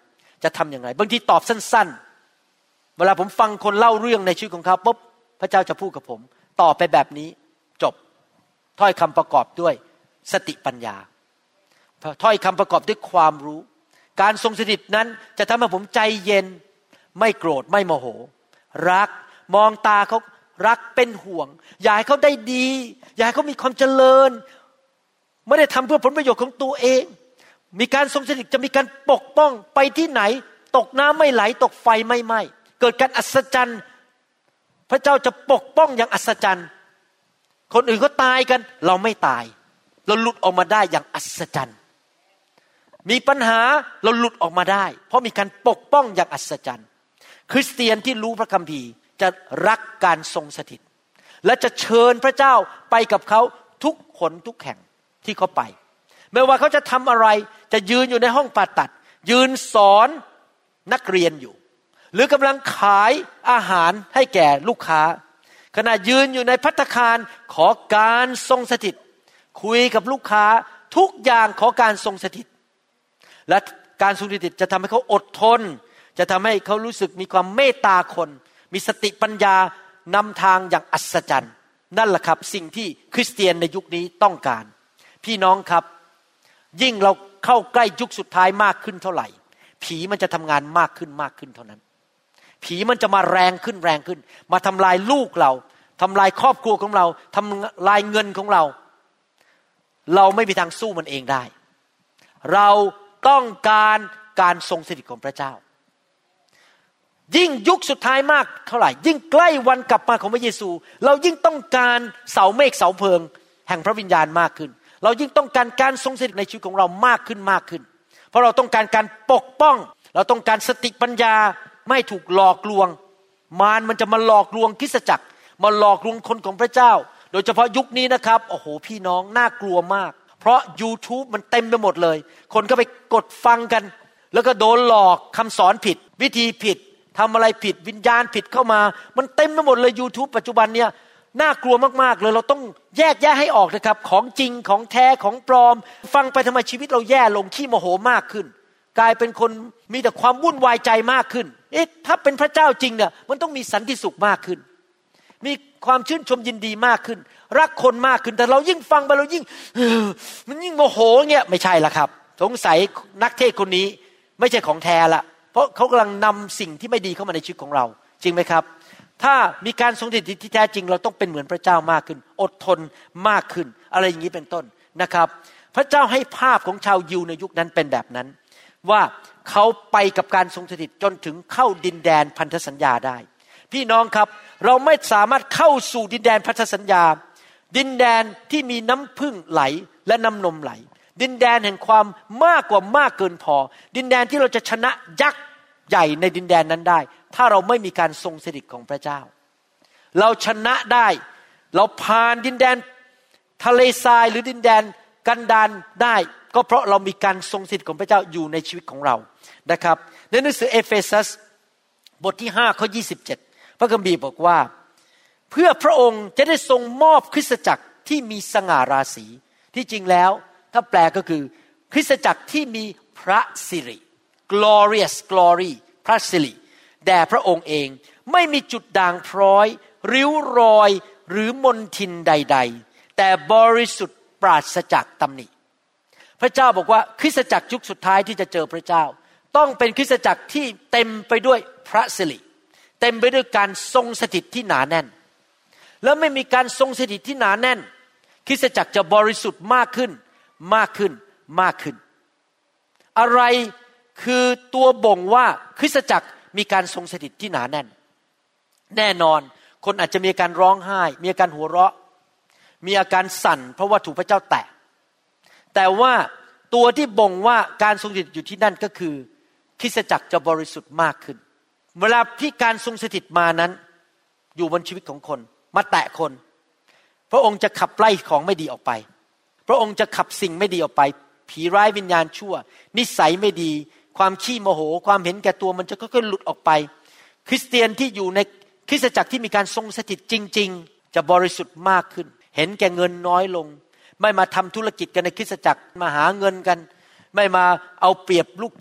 จะทำอย่างไรบางทีตอบสั้นๆเวลาผมฟังคนเล่าเรื่องในชีวิตของเขาปุ๊บพระเจ้าจะพูดกับผมตอบไปแบบนี้จบถ้อยคำประกอบด้วยสติปัญญาถ้อยคำประกอบด้วยความรู้การทรงสถิตนั้นจะทำให้ผมใจเย็นไม่โกรธไม่โมโหรักมองตาเขารักเป็นห่วงอยากให้เขาได้ดีอยากให้เขามีความเจริญไม่ได้ทำเพื่อผลประโยชน์ของตัวเองมีการทรงสถิตจะมีการปกป้องไปที่ไหนตกน้ำไม่ไหลตกไฟไม่ไหม้เกิดการอัศจรรย์พระเจ้าจะปกป้องอย่างอัศจรรย์คนอื่นเขาตายกันเราไม่ตายเราหลุดออกมาได้อย่างอัศจรรย์มีปัญหาเราหลุดออกมาได้เพราะมีการปกป้องอย่างอัศจรรย์คริสเตียนที่รู้พระคัมภีร์จะรักการทรงสถิตและจะเชิญพระเจ้าไปกับเขาทุกหนทุกแห่งที่เขาไปไม่ว่าเขาจะทำอะไรจะยืนอยู่ในห้องผ่าตัดยืนสอนนักเรียนอยู่หรือกำลังขายอาหารให้แก่ลูกค้าขณะยืนอยู่ในภัตตาคารขอการทรงสถิตคุยกับลูกค้าทุกอย่างขอการทรงสถิตและการทรงสถิตจะทำให้เขาอดทนจะทำให้เขารู้สึกมีความเมตตาคนมีสติปัญญานำทางอย่างอัศจรรย์นั่นแหละครับสิ่งที่คริสเตียนในยุคนี้ต้องการพี่น้องครับยิ่งเราเข้าใกล้ยุคสุดท้ายมากขึ้นเท่าไหร่ผีมันจะทำงานมากขึ้นมากขึ้นเท่านั้นผีมันจะมาแรงขึ้นแรงขึ้นมาทำลายลูกเราทำลายครอบครัวของเราทำลายเงินของเราเราไม่มีทางสู้มันเองได้เราต้องการการทรงสถิตของพระเจ้ายิ่งยุคสุดท้ายมากเท่าไหร่ยิ่งใกล้วันกลับมาของพระเยซูเรายิ่งต้องการเสาเมฆเสาเพลิงแห่งพระวิญญาณมากขึ้นเรายิ่งต้องการการทรงสถิตในชีวิตของเรามากขึ้นมากขึ้นเพราะเราต้องการการปกป้องเราต้องการสติปัญญาไม่ถูกหลอกลวงมารมันจะมาหลอกลวงคริสตจักรมาหลอกลวงคนของพระเจ้าโดยเฉพาะยุคนี้นะครับโอ้โหพี่น้องน่ากลัวมากเพราะ YouTube มันเต็มไปหมดเลยคนก็ไปกดฟังกันแล้วก็โดนหลอกคำสอนผิดวิธีผิดทำอะไรผิดวิญญาณผิดเข้ามามันเต็มไปหมดเลย YouTube ปัจจุบันเนี่ยน่ากลัวมากๆเลยเราต้องแยกแยะให้ออกนะครับของจริงของแท้ของปลอมฟังไปทำไมชีวิตเราแย่ลงขี้โมโหมากขึ้นกลายเป็นคนมีแต่ความวุ่นวายใจมากขึ้นเอ๊ะถ้าเป็นพระเจ้าจริงเนี่ยมันต้องมีสันติสุขมากขึ้นมีความชื่นชมยินดีมากขึ้นรักคนมากขึ้นแต่เรายิ่งฟังไปเรายิ่งมันยิ่งโมโหเงี้ยไม่ใช่ละครับสงสัยนักเทศคนนี้ไม่ใช่ของแท้ละเพราะเขากำลังนำสิ่งที่ไม่ดีเข้ามาในชีวิตของเราจริงไหมครับถ้ามีการทรงสถิตที่แท้จริงเราต้องเป็นเหมือนพระเจ้ามากขึ้นอดทนมากขึ้นอะไรอย่างนี้เป็นต้นนะครับพระเจ้าให้ภาพของชาวยิวในยุคนั้นเป็นแบบนั้นว่าเขาไปกับการทรงสถิตจนถึงเข้าดินแดนพันธสัญญาได้พี่น้องครับเราไม่สามารถเข้าสู่ดินแดนพันธสัญญาดินแดนที่มีน้ำพึ่งไหลและน้ำนมไหลดินแดนแห่งความมากกว่ามากเกินพอดินแดนที่เราจะชนะยักษ์ใหญ่ในดินแดนนั้นได้ถ้าเราไม่มีการทรงสถิตของพระเจ้าเราชนะได้เราผ่านดินแดนทะเลทรายหรือดินแดนกันดารได้ก็เพราะเรามีการทรงสถิตของพระเจ้าอยู่ในชีวิตของเรานะครับในหนังสือเอเฟซัสบทที่ห้าข้อยี่สิบเจ็ดพระคัมภีร์บอกว่าเพื่อพระองค์จะได้ทรงมอบคริสตจักรที่มีสง่าราศีที่จริงแล้วถ้าแปลก็คือคริสตจักรที่มีพระสิริ glorious glory พระสิริแด่พระองค์เองไม่มีจุดด่างพร้อยริ้วรอยหรือมลทินใดๆแต่บริสุทธิ์ปราศจากตำหนิพระเจ้าบอกว่าคริสตจักรยุคสุดท้ายที่จะเจอพระเจ้าต้องเป็นคริสตจักรที่เต็มไปด้วยพระสิริเต็มไปด้วยการทรงสถิตที่หนาแน่นแล้วไม่มีการทรงสถิตที่หนาแน่นคริสตจักรจะบริสุทธิ์มากขึ้นมากขึ้นมากขึ้นอะไรคือตัวบ่งว่าคริสตจักรมีการทรงสถิตที่หนาแน่นแน่นอนคนอาจจะมีอาการร้องไห้มีอาการหัวเราะมีอาการสั่นเพราะว่าถูกพระเจ้าแตะแต่ว่าตัวที่บ่งว่าการทรงสถิตอยู่ที่นั่นก็คือคริสตจักรจะบริสุทธิ์มากขึ้นเวลาที่การทรงสถิตมานั้นอยู่บนชีวิตของคนมาแตะคนพระองค์จะขับไล่ของไม่ดีออกไปพระองค์จะขับสิ่งไม่ดีออกไปผีร้ายวิญญาณชั่วนิสัยไม่ดีความขี้โมโหความเห็นแก่ตัวมันจะค่อยๆหลุดออกไปคริสเตียนที่อยู่ในคริสตจักรที่มีการทรงสถิตจริงๆจะบริสุทธิ์มากขึ้นเห็นแก่เงินน้อยลงไม่มาทำธุรกิจกันในคริสตจักรมาหาเงินกันไม่มาเอาเปรียบลูกแกะ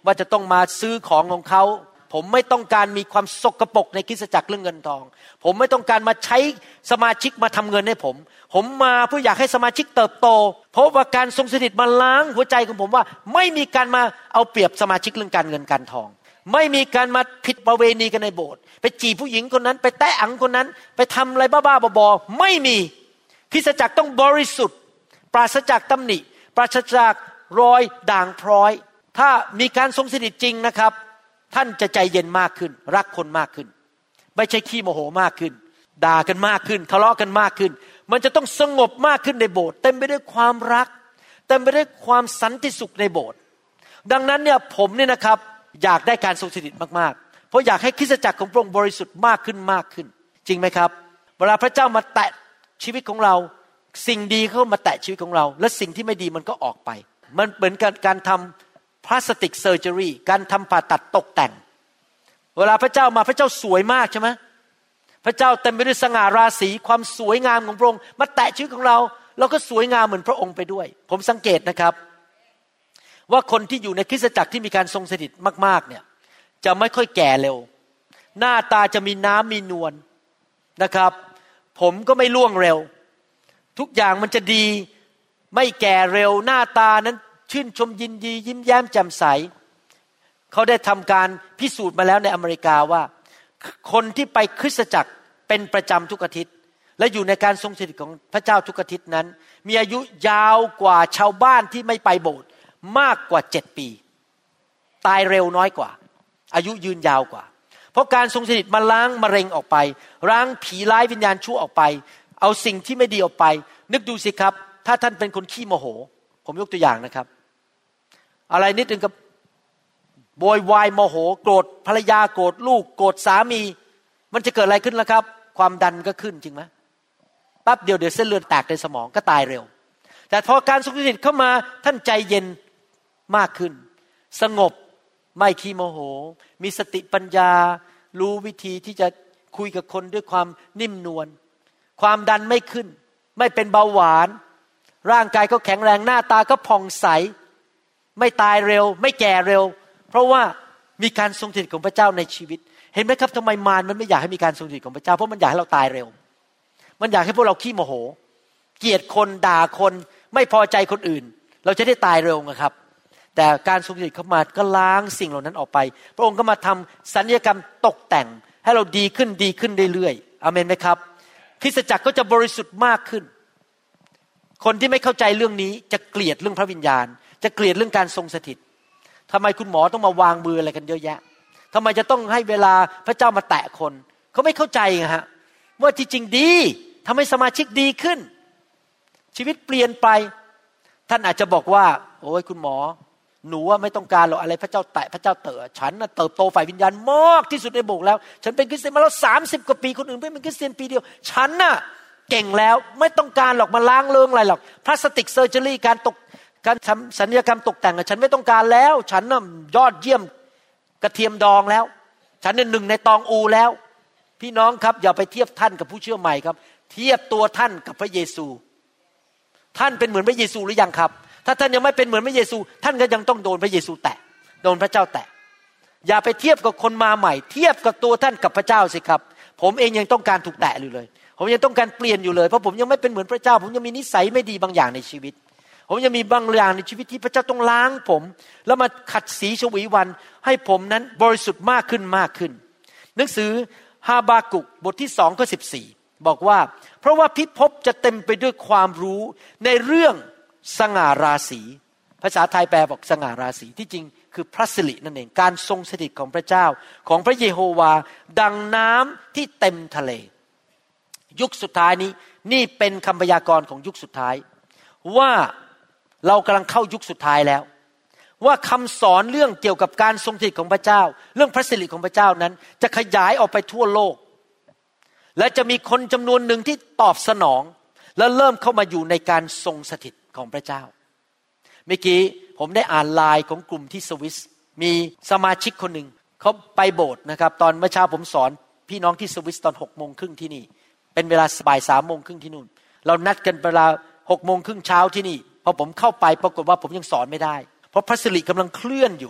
ว่าจะต้องมาซื้อของของเขาผมไม่ต้องการมีความสกปรกในคริสตจักรเรื่องเงินทองผมไม่ต้องการมาใช้สมาชิกมาทำเงินให้ผมผมมาเพื่ออยากให้สมาชิกเติบโตเพราะว่าการทรงสถิตมาล้างหัวใจของผมว่าไม่มีการมาเอาเปรียบสมาชิกเรื่องการเงินการทองไม่มีการมาผิดประเวณีกันในโบสถ์ไปจีบผู้หญิงคนนั้นไปแตะอังคนนั้นไปทำอะไรบ้าๆบอๆไม่มีคริสตจักรต้องบริสุทธิ์ปราศจากตำหนิปราศจากรอยด่างพร้อยถ้ามีการทรงสถิตจริงนะครับท่านจะใจเย็นมากขึ้นรักคนมากขึ้นไม่ใช่ขี้โมโหมากขึ้นด่ากันมากขึ้นทะเลาะกันมากขึ้นมันจะต้องสงบมากขึ้นในโบสถ์เต็มไปด้วยความรักเต็มไปด้วยความสันติสุขในโบสถ์ดังนั้นเนี่ยผมเนี่ยนะครับอยากได้การทรงสถิตมากๆเพราะอยากให้คริสตจักรของพระองค์บริสุทธิ์มากขึ้นมากขึ้นจริงไหมครับเวลาพระเจ้ามาแตะชีวิตของเราสิ่งดีเข้ามาแตะชีวิตของเราและสิ่งที่ไม่ดีมันก็ออกไปมันเหมือนกับการทำพลาสติกเซอร์เจอรี่การทำผ่าตัดตกแต่งเวลาพระเจ้ามาพระเจ้าสวยมากใช่ไหมพระเจ้าเต็มไปด้วยสง่าราศีความสวยงามของพระองค์มาแตะชีวิตของเราเราก็สวยงามเหมือนพระองค์ไปด้วยผมสังเกตนะครับว่าคนที่อยู่ในคริสตจักรที่มีการทรงสถิตมากๆเนี่ยจะไม่ค่อยแก่เร็วหน้าตาจะมีน้ำมีนวลนะครับผมก็ไม่ร่วงเร็วทุกอย่างมันจะดีไม่แก่เร็วหน้าตานั้นชื่นชมยินดียิ้มแย้มแจ่มใสเขาได้ทำการพิสูจน์มาแล้วในอเมริกาว่าคนที่ไปคริสตจักรเป็นประจำทุกอาทิตย์และอยู่ในการทรงสถิตของพระเจ้าทุกอาทิตย์นั้นมีอายุยาวกว่าชาวบ้านที่ไม่ไปโบสถ์มากกว่าเจ็ดปีตายเร็วน้อยกว่าอายุยืนยาวกว่าเพราะการทรงสถิตมาล้างมะเร็งออกไปล้างผีร้ายวิญญาณชั่วออกไปเอาสิ่งที่ไม่ดีออกไปนึกดูสิครับถ้าท่านเป็นคนขี้โมโหผมยกตัวอย่างนะครับอะไรนิดนึงกับโวยวายโมโหโกรธภรรยาโกรธลูกโกรธสามีมันจะเกิดอะไรขึ้นล่ะครับความดันก็ขึ้นจริงไหมแป๊บเดียวเดี๋ยวเส้นเลือดแตกในสมองก็ตายเร็วแต่พอการทรงสถิตเข้ามาท่านใจเย็นมากขึ้นสงบไม่ขี้โมโหมีสติปัญญารู้วิธีที่จะคุยกับคนด้วยความนิ่มนวลความดันไม่ขึ้นไม่เป็นเบาหวานร่างกายก็แข็งแรงหน้าตาก็ผ่องใสไม่ตายเร็วไม่แก่เร็วเพราะว่ามีการทรงสถิตของพระเจ้าในชีวิตเห็นไหมครับทำไมมารมันไม่อยากให้มีการทรงสถิตของพระเจ้าเพราะมันอยากให้เราตายเร็วมันอยากให้พวกเราขี้โมโหเกลียดคนด่าคนไม่พอใจคนอื่นเราจะได้ตายเร็วนะครับแต่การทรงสถิตเข้ามาก็ล้างสิ่งเหล่านั้นออกไปพระองค์ก็มาทำศัลยกรรมตกแต่งให้เราดีขึ้นดีขึ้นเรื่อยๆอาเมนไหมครับคริสตจักรก็จะบริสุทธิ์มากขึ้นคนที่ไม่เข้าใจเรื่องนี้จะเกลียดเรื่องพระวิญญาณจะเกลียดเรื่องการทรงสถิตทำไมคุณหมอต้องมาวางมืออะไรกันเยอะแยะทำไมจะต้องให้เวลาพระเจ้ามาแตะคนเขาไม่เข้าใจฮะว่าที่จริงดีทำให้สมาชิกดีขึ้นชีวิตเปลี่ยนไปท่านอาจจะบอกว่าโอ้ยคุณหมอหนูว่าไม่ต้องการหรอกอะไรพระเจ้าแตะพระเจ้าเตะฉันน่ะเติบโตฝ่ายวิญญาณมากที่สุดในโบสถ์แล้วฉันเป็นคริสเตียนมาแล้วสามสิบกว่าปีคนอื่นเพิ่งเป็นคริสเตียนปีเดียวฉันน่ะเก่งแล้วไม่ต้องการหรอกมาล้างเลิงอะไรหรอกพลาสติกเซอร์เจอรี่การตกการทำศัลยกรรมตกแต่งฉันไม่ต้องการแล้วฉันน่ะยอดเยี่ยมกระเทียมดองแล้วฉันเนี่ยหนึ่งในตองอูแล้วพี่น้องครับอย่าไปเทียบท่านกับผู้เชื่อใหม่ครับเทียบตัวท่านกับพระเยซูท่านเป็นเหมือนพระเยซูหรือยังครับถ้าท่านยังไม่เป็นเหมือนพระเยซูท่านก็ยังต้องโดนพระเยซูแตะโดนพระเจ้าแตะอย่าไปเทียบกับคนมาใหม่เทียบกับตัวท่านกับพระเจ้าสิครับผมเองยังต้องการถูกแตะอยู่เลยผมยังต้องการเปลี่ยนอยู่เลยเพราะผมยังไม่เป็นเหมือนพระเจ้าผมยังมีนิสัยไม่ดีบางอย่างในชีวิตผมยังมีบางอย่างในชีวิตที่พระเจ้าต้องล้างผมแล้วมาขัดสีชวีวันให้ผมนั้นบริสุทธิ์มากขึ้นมากขึ้นหนังสือฮาบากุกบทที่สองข้อสิบสี่บอกว่าเพราะว่าพิภพจะเต็มไปด้วยความรู้ในเรื่องสง่าราศีภาษาไทยแปลบอกสง่าราศีที่จริงคือพระสิรินั่นเองการทรงสถิตของพระเจ้าของพระเยโฮวาดังน้ำที่เต็มทะเลยุคสุดท้ายนี้นี่เป็นคำพยากรณ์ของยุคสุดท้ายว่าเรากำลังเข้ายุคสุดท้ายแล้วว่าคำสอนเรื่องเกี่ยวกับการทรงสถิตของพระเจ้าเรื่องพระสิริของพระเจ้านั้นจะขยายออกไปทั่วโลกและจะมีคนจำนวนหนึ่งที่ตอบสนองและเริ่มเข้ามาอยู่ในการทรงสถิตของพระเจ้าเมื่อกี้ผมได้อ่านไลน์ของกลุ่มที่สวิสมีสมาชิกคนหนึ่งเขาไปโบสถ์นะครับตอนเมื่อเช้าผมสอนพี่น้องที่สวิสตอนหกโมงครึ่งที่นี่เป็นเวลาบ่ายสามโมงครึ่งที่นู่นเรานัดกันเวลาหกโมงครึ่งเช้าที่นี่พอผมเข้าไปปรากฏว่าผมยังสอนไม่ได้เพราะพระสิริกำลังเคลื่อนอยู่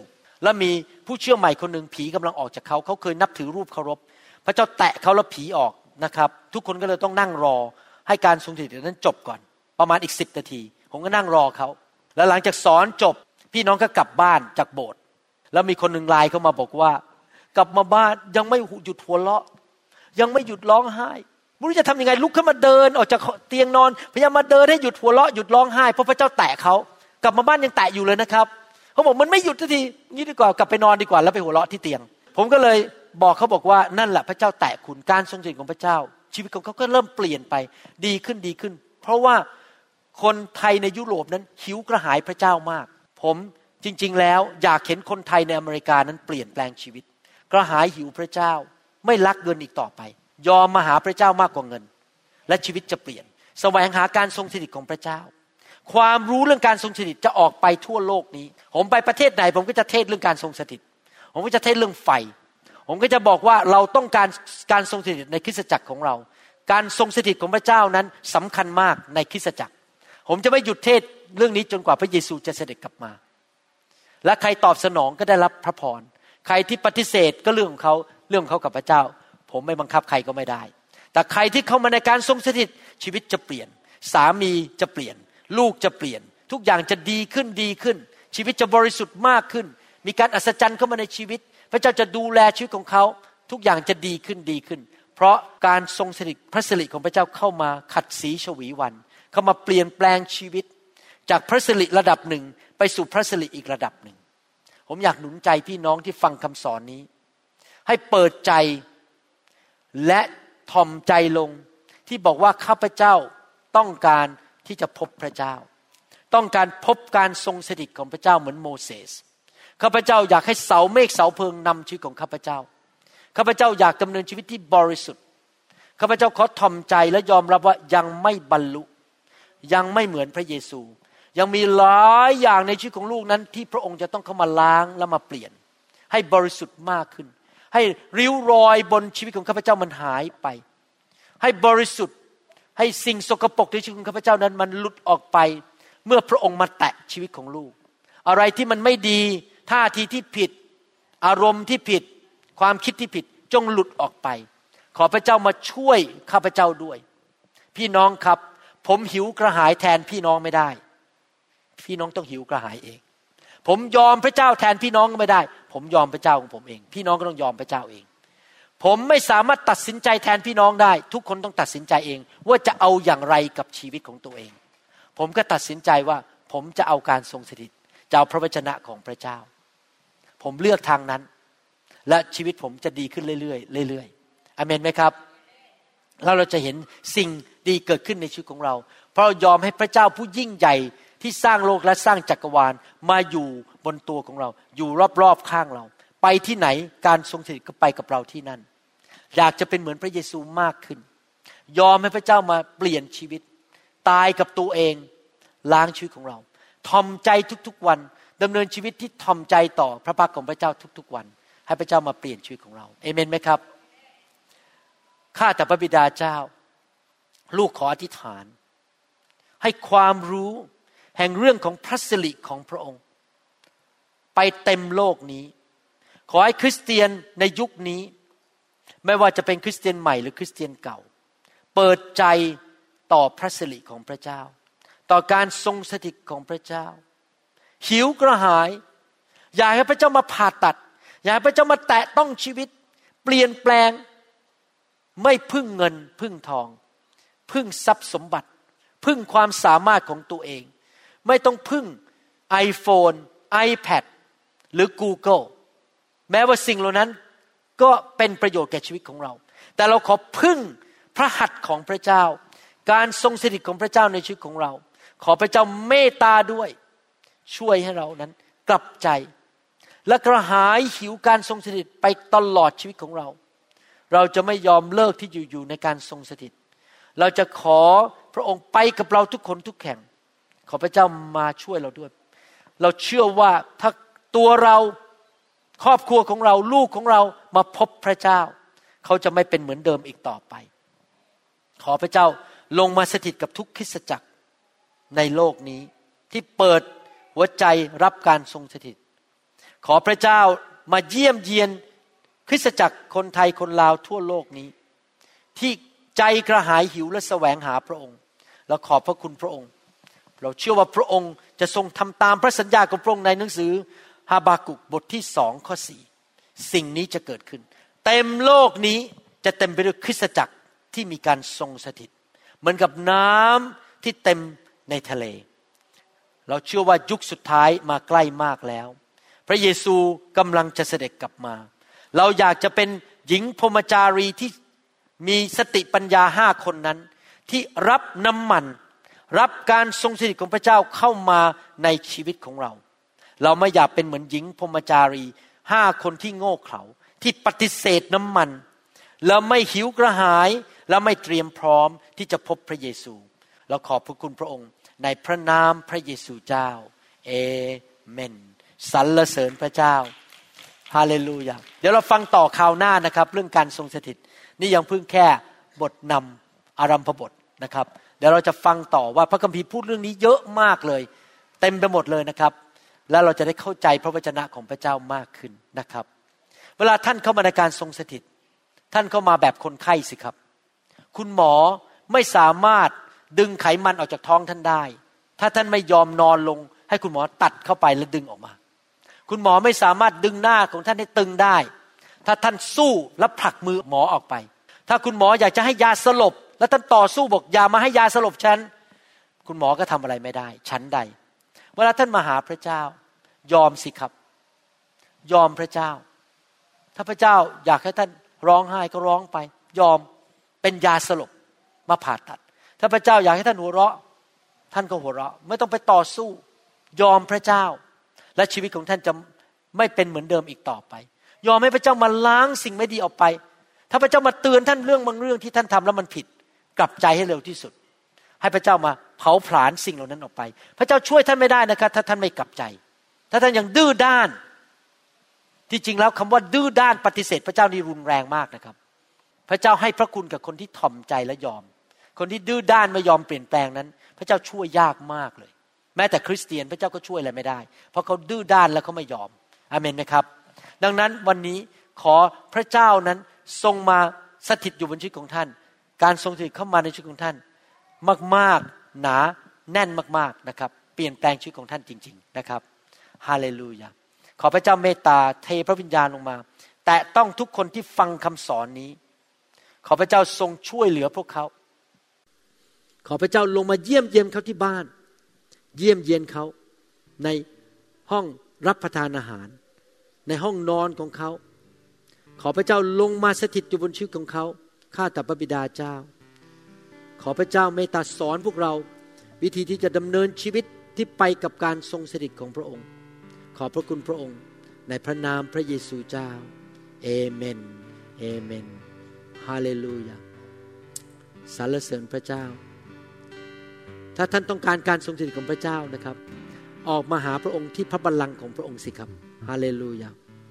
แล้วมีผู้เชื่อใหม่คนหนึ่งผีกำลังออกจากเขาเขาเคยนับถือรูปเคารพพระเจ้าแตะเขาแล้วผีออกนะครับทุกคนก็เลยต้องนั่งรอให้การทรงสถิตนั้นจบก่อนประมาณอีกสิบนาทีผมก็นั่งรอเขาแล้วหลังจากสอนจบพี่น้องก็กลับบ้านจากโบสถ์แล้วมีคนหนึ่งไลน์เข้ามาบอกว่ากลับมาบ้านยังไม่หยุดหัวเราะยังไม่หยุดร้องไห้ไม่รู้จะทำยังไงลุกขึ้นมาเดินออกจากเตียงนอนพยายามมาเดินให้หยุดหัวเราะหยุดร้องไห้เพราะพระเจ้าแตะเขากลับมาบ้านยังแตะอยู่เลยนะครับเขาบอกมันไม่หยุดสักทีนี่ดีกว่ากลับไปนอนดีกว่าแล้วไปหัวเราะที่เตียงผมก็เลยบอกเขาบอกว่านั่นแหละพระเจ้าแตะคุณการทรงสถิตของพระเจ้าชีวิตของเขาก็เริ่มเปลี่ยนไปดีขึ้นดีขึ้นเพราะว่าคนไทยในยุโรปนั้นหิวกระหายพระเจ้ามากผมจริงๆแล้วอยากเห็นคนไทยในอเมริกานั้นเปลี่ยนแปลงชีวิตกระหายหิวพระเจ้าไม่รักเงินอีกต่อไปยอมมาหาพระเจ้ามากกว่าเงินและชีวิตจะเปลี่ยนแสวงหาการทรงสถิตของพระเจ้าความรู้เรื่องการทรงสถิตจะออกไปทั่วโลกนี้ผมไปประเทศไหนผมก็จะเทศเรื่องการทรงสถิตผมก็จะเทศเรื่องไฟผมก็จะบอกว่าเราต้องการการทรงสถิตในคริสตจักรของเราการทรงสถิตของพระเจ้านั้นสำคัญมากในคริสตจักรผมจะไม่หยุดเทศเรื่องนี้จนกว่าพระเยซูจะเสด็จกลับมาและใครตอบสนองก็ได้รับพระพรใครที่ปฏิเสธก็เรื่องของเขาเรื่องของเขากับพระเจ้าผมไม่บังคับใครก็ไม่ได้แต่ใครที่เข้ามาในการทรงสถิตชีวิตจะเปลี่ยนสามีจะเปลี่ยนลูกจะเปลี่ยนทุกอย่างจะดีขึ้นดีขึ้นชีวิตจะบริสุทธิ์มากขึ้นมีการอัศจรรย์เข้ามาในชีวิตพระเจ้าจะดูแลชีวิตของเขาทุกอย่างจะดีขึ้นดีขึ้นเพราะการทรงสถิตพระสิริของพระเจ้าเข้ามาขัดสีฉวีวันเข้ามาเปลี่ยนแปลงชีวิตจากพระสิริระดับหนึ่งไปสู่พระสิริอีกระดับหนึ่งผมอยากหนุนใจพี่น้องที่ฟังคำสอนนี้ให้เปิดใจและถ่อมใจลงที่บอกว่าข้าพเจ้าต้องการที่จะพบพระเจ้าต้องการพบการทรงสถิตของพระเจ้าเหมือนโมเสสข้าพเจ้าอยากให้เสาเมฆเสาเพลิงนำชีวิตของข้าพเจ้าข้าพเจ้าอยากดำเนินชีวิตที่บริสุทธิ์ข้าพเจ้าขอถ่อมใจและยอมรับว่ายังไม่บรรลุยังไม่เหมือนพระเยซูยังมีหลายอย่างในชีวิตของลูกนั้นที่พระองค์จะต้องเข้ามาล้างและมาเปลี่ยนให้บริสุทธิ์มากขึ้นให้ริ้วรอยบนชีวิตของข้าพเจ้ามันหายไปให้บริสุทธิ์ให้สิ่งสกปรกในชีวิตของข้าพเจ้านั้นมันหลุดออกไปเมื่อพระองค์มาแตะชีวิตของลูกอะไรที่มันไม่ดีท่าทีที่ผิดอารมณ์ที่ผิดความคิดที่ผิดจงหลุดออกไปขอพระเจ้ามาช่วยข้าพเจ้าด้วยพี่น้องครับผมหิวกระหายแทนพี่น้องไม่ได้พี่น้องต้องหิวกระหายเองผมยอมพระเจ้าแทนพี่น้องก็ไม่ได้ผมยอมพระเจ้าของผมเองพี่น้องก็ต้องยอมพระเจ้าเองผมไม่สามารถตัดสินใจแทนพี่น้องได้ทุกคนต้องตัดสินใจเองว่าจะเอาอย่างไรกับชีวิตของตัวเองผมก็ตัดสินใจว่าผมจะเอาการทรงสถิตจะเอาพระวจนะของพระเจ้าผมเลือกทางนั้นและชีวิตผมจะดีขึ้นเรื่อยๆเรื่อยๆอาเมนไหมครับแล้วเราจะเห็นสิ่งดีเกิดขึ้นในชีวิตของเราเพราะเรายอมให้พระเจ้าผู้ยิ่งใหญ่ที่สร้างโลกและสร้างจักรวาลมาอยู่บนตัวของเราอยู่รอบๆข้างเราไปที่ไหนการทรงสถิตก็ไปกับเราที่นั่นอยากจะเป็นเหมือนพระเยซูมากขึ้นยอมให้พระเจ้ามาเปลี่ยนชีวิตตายกับตัวเองล้างชีวิตของเราทอมใจทุกๆวันดำเนินชีวิตที่ทอมใจต่อพระพักของพระเจ้าทุกๆวันให้พระเจ้ามาเปลี่ยนชีวิตของเราเอเมนไหมครับข้าแต่พระบิดาเจ้าลูกขออธิษฐานให้ความรู้แห่งเรื่องของพระสิริของพระองค์ไปเต็มโลกนี้ขอให้คริสเตียนในยุคนี้ไม่ว่าจะเป็นคริสเตียนใหม่หรือคริสเตียนเก่าเปิดใจต่อพระสิริของพระเจ้าต่อการทรงสถิตของพระเจ้าหิวกระหายอยากให้พระเจ้ามาผ่าตัดอยากให้พระเจ้ามาแตะต้องชีวิตเปลี่ยนแปลงไม่พึ่งเงินพึ่งทองพึ่งทรัพย์สมบัติพึ่งความสามารถของตัวเองไม่ต้องพึ่ง iPhone iPad หรือ Google แม้ว่าสิ่งเหล่านั้นก็เป็นประโยชน์แก่ชีวิตของเราแต่เราขอพึ่งพระหัตถ์ของพระเจ้าการทรงสถิตของพระเจ้าในชีวิตของเราขอพระเจ้าเมตตาด้วยช่วยให้เรานั้นกลับใจและกระหายหิวการทรงสถิตไปตลอดชีวิตของเราเราจะไม่ยอมเลิกที่อยู่อยู่ในการทรงสถิตเราจะขอพระองค์ไปกับเราทุกคนทุกแห่งขอพระเจ้ามาช่วยเราด้วยเราเชื่อว่าถ้าตัวเราครอบครัวของเราลูกของเรามาพบพระเจ้าเขาจะไม่เป็นเหมือนเดิมอีกต่อไปขอพระเจ้าลงมาสถิตกับทุกคริสตจักรในโลกนี้ที่เปิดหัวใจรับการทรงสถิตขอพระเจ้ามาเยี่ยมเยียนคริสตจักรคนไทยคนลาวทั่วโลกนี้ที่ใจกระหายหิวและแสวงหาพระองค์เราขอบพระคุณพระองค์เราเชื่อว่าพระองค์จะทรงทำตามพระสัญญาของพระองค์ในหนังสือฮาบากุกบทที่สองข้อสี่สิ่งนี้จะเกิดขึ้นเต็มโลกนี้จะเต็มไปด้วยคริสตจักรที่มีการทรงสถิตเหมือนกับน้ำที่เต็มในทะเลเราเชื่อว่ายุคสุดท้ายมาใกล้มากแล้วพระเยซูกำลังจะเสด็จกลับมาเราอยากจะเป็นหญิงพรหมจารีที่มีสติปัญญาห้าคนนั้นที่รับน้ำมันรับการทรงสถิตของพระเจ้าเข้ามาในชีวิตของเราเราไม่อยากเป็นเหมือนหญิงพรหมจารีห้าคนที่โง่เขลาที่ปฏิเสธน้ำมันแล้วไม่หิวกระหายและไม่เตรียมพร้อมที่จะพบพระเยซูเราขอบพระคุณพระองค์ในพระนามพระเยซูเจ้าเอเมนสรรเสริญพระเจ้าฮาเลลูยาเดี๋ยวเราฟังต่อคราวหน้านะครับเรื่องการทรงสถิตนี่ยังเพิ่งแค่บทนำอารัมภบทนะครับเดี๋ยวเราจะฟังต่อว่าพระคัมภีร์พูดเรื่องนี้เยอะมากเลยเต็มไปหมดเลยนะครับแล้วเราจะได้เข้าใจพระวจนะของพระเจ้ามากขึ้นนะครับเวลาท่านเข้ามาในการทรงสถิตท่านเข้ามาแบบคนไข้สิครับคุณหมอไม่สามารถดึงไขมันออกจากท้องท่านได้ถ้าท่านไม่ยอมนอนลงให้คุณหมอตัดเข้าไปแล้วดึงออกมาคุณหมอไม่สามารถดึงหน้าของท่านให้ตึงได้ถ้าท่านสู้และผลักมือหมอออกไปถ้าคุณหมออยากจะให้ยาสลบแล้วท่านต่อสู้บอกอย่ามาให้ยาสลบฉันคุณหมอก็ทำอะไรไม่ได้ชั้นใดเวลาท่านมาหาพระเจ้ายอมสิครับยอมพระเจ้าถ้าพระเจ้าอยากให้ท่านร้องไห้ก็ร้องไปยอมเป็นยาสลบมาผ่าตัดถ้าพระเจ้าอยากให้ท่านหัวเราะท่านก็หัวเราะไม่ต้องไปต่อสู้ยอมพระเจ้าและชีวิตของท่านจะไม่เป็นเหมือนเดิมอีกต่อไปยอมให้พระเจ้ามาล้างสิ่งไม่ดีออกไปถ้าพระเจ้ามาเตือนท่านเรื่องบางเรื่องที่ท่านทำแล้วมันผิดกลับใจให้เร็วที่สุดให้พระเจ้ามาเผาผลาญสิ่งเหล่านั้นออกไปพระเจ้าช่วยท่านไม่ได้นะครับถ้าท่านไม่กลับใจถ้าท่านยังดื้อด้านที่จริงแล้วคำว่าดื้อด้านปฏิเสธพระเจ้านี่รุนแรงมากนะครับพระเจ้าให้พระคุณกับคนที่ถ่อมใจและยอมคนที่ดื้อด้านไม่ยอมเปลี่ยนแปลงนั้นพระเจ้าช่วยยากมากเลยแม้แต่คริสเตียนพระเจ้าก็ช่วยอะไรไม่ได้เพราะเขาดื้อด้านแล้วเขาไม่ยอมอาเมนไหมครับดังนั้นวันนี้ขอพระเจ้านั้นทรงมาสถิตอยู่บนชีวิตของท่านการทรงสถิตเข้ามาในชีวิตของท่านมากๆหนาแน่นมากๆนะครับเปลี่ยนแปลงชีวิตของท่านจริงๆนะครับฮาเลลูยาขอพระเจ้าเมตตาเทพระวิญญาณลงมาแต่ต้องทุกคนที่ฟังคำสอนนี้ขอพระเจ้าทรงช่วยเหลือพวกเขาขอพระเจ้าลงมาเยี่ยมเยียนเขาที่บ้านเยี่ยมเยียนเขาในห้องรับประทานอาหารในห้องนอนของเขาขอพระเจ้าลงมาสถิตอยู่บนชีวิตของเขาข้าแต่พระบิดาเจ้าขอพระเจ้าเมตตาสอนพวกเราวิธีที่จะดำเนินชีวิตที่ไปกับการทรงสถิตของพระองค์ขอบพระคุณพระองค์ในพระนามพระเยซูเจ้าเอเมนเอเมนฮาเลลูยาสรรเสริญพระเจ้าถ้าท่านต้องการการทรงสถิตของพระเจ้านะครับออกมาหาพระองค์ที่พระบัลลังก์ของพระองค์สิครับฮาเลลูยา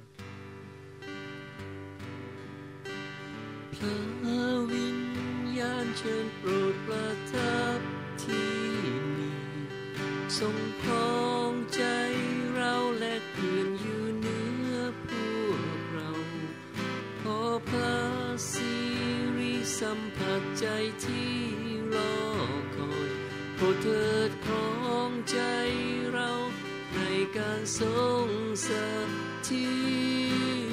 พระวิญญาณเชิญโปรดประทับที่นี่ทรงครองใจเราและเกื้อนอยู่เหนือพวกเราขอพระสิริสัมผัสใจที่รอคอยโปรดเถิดครองใจเราในการทรงสถิต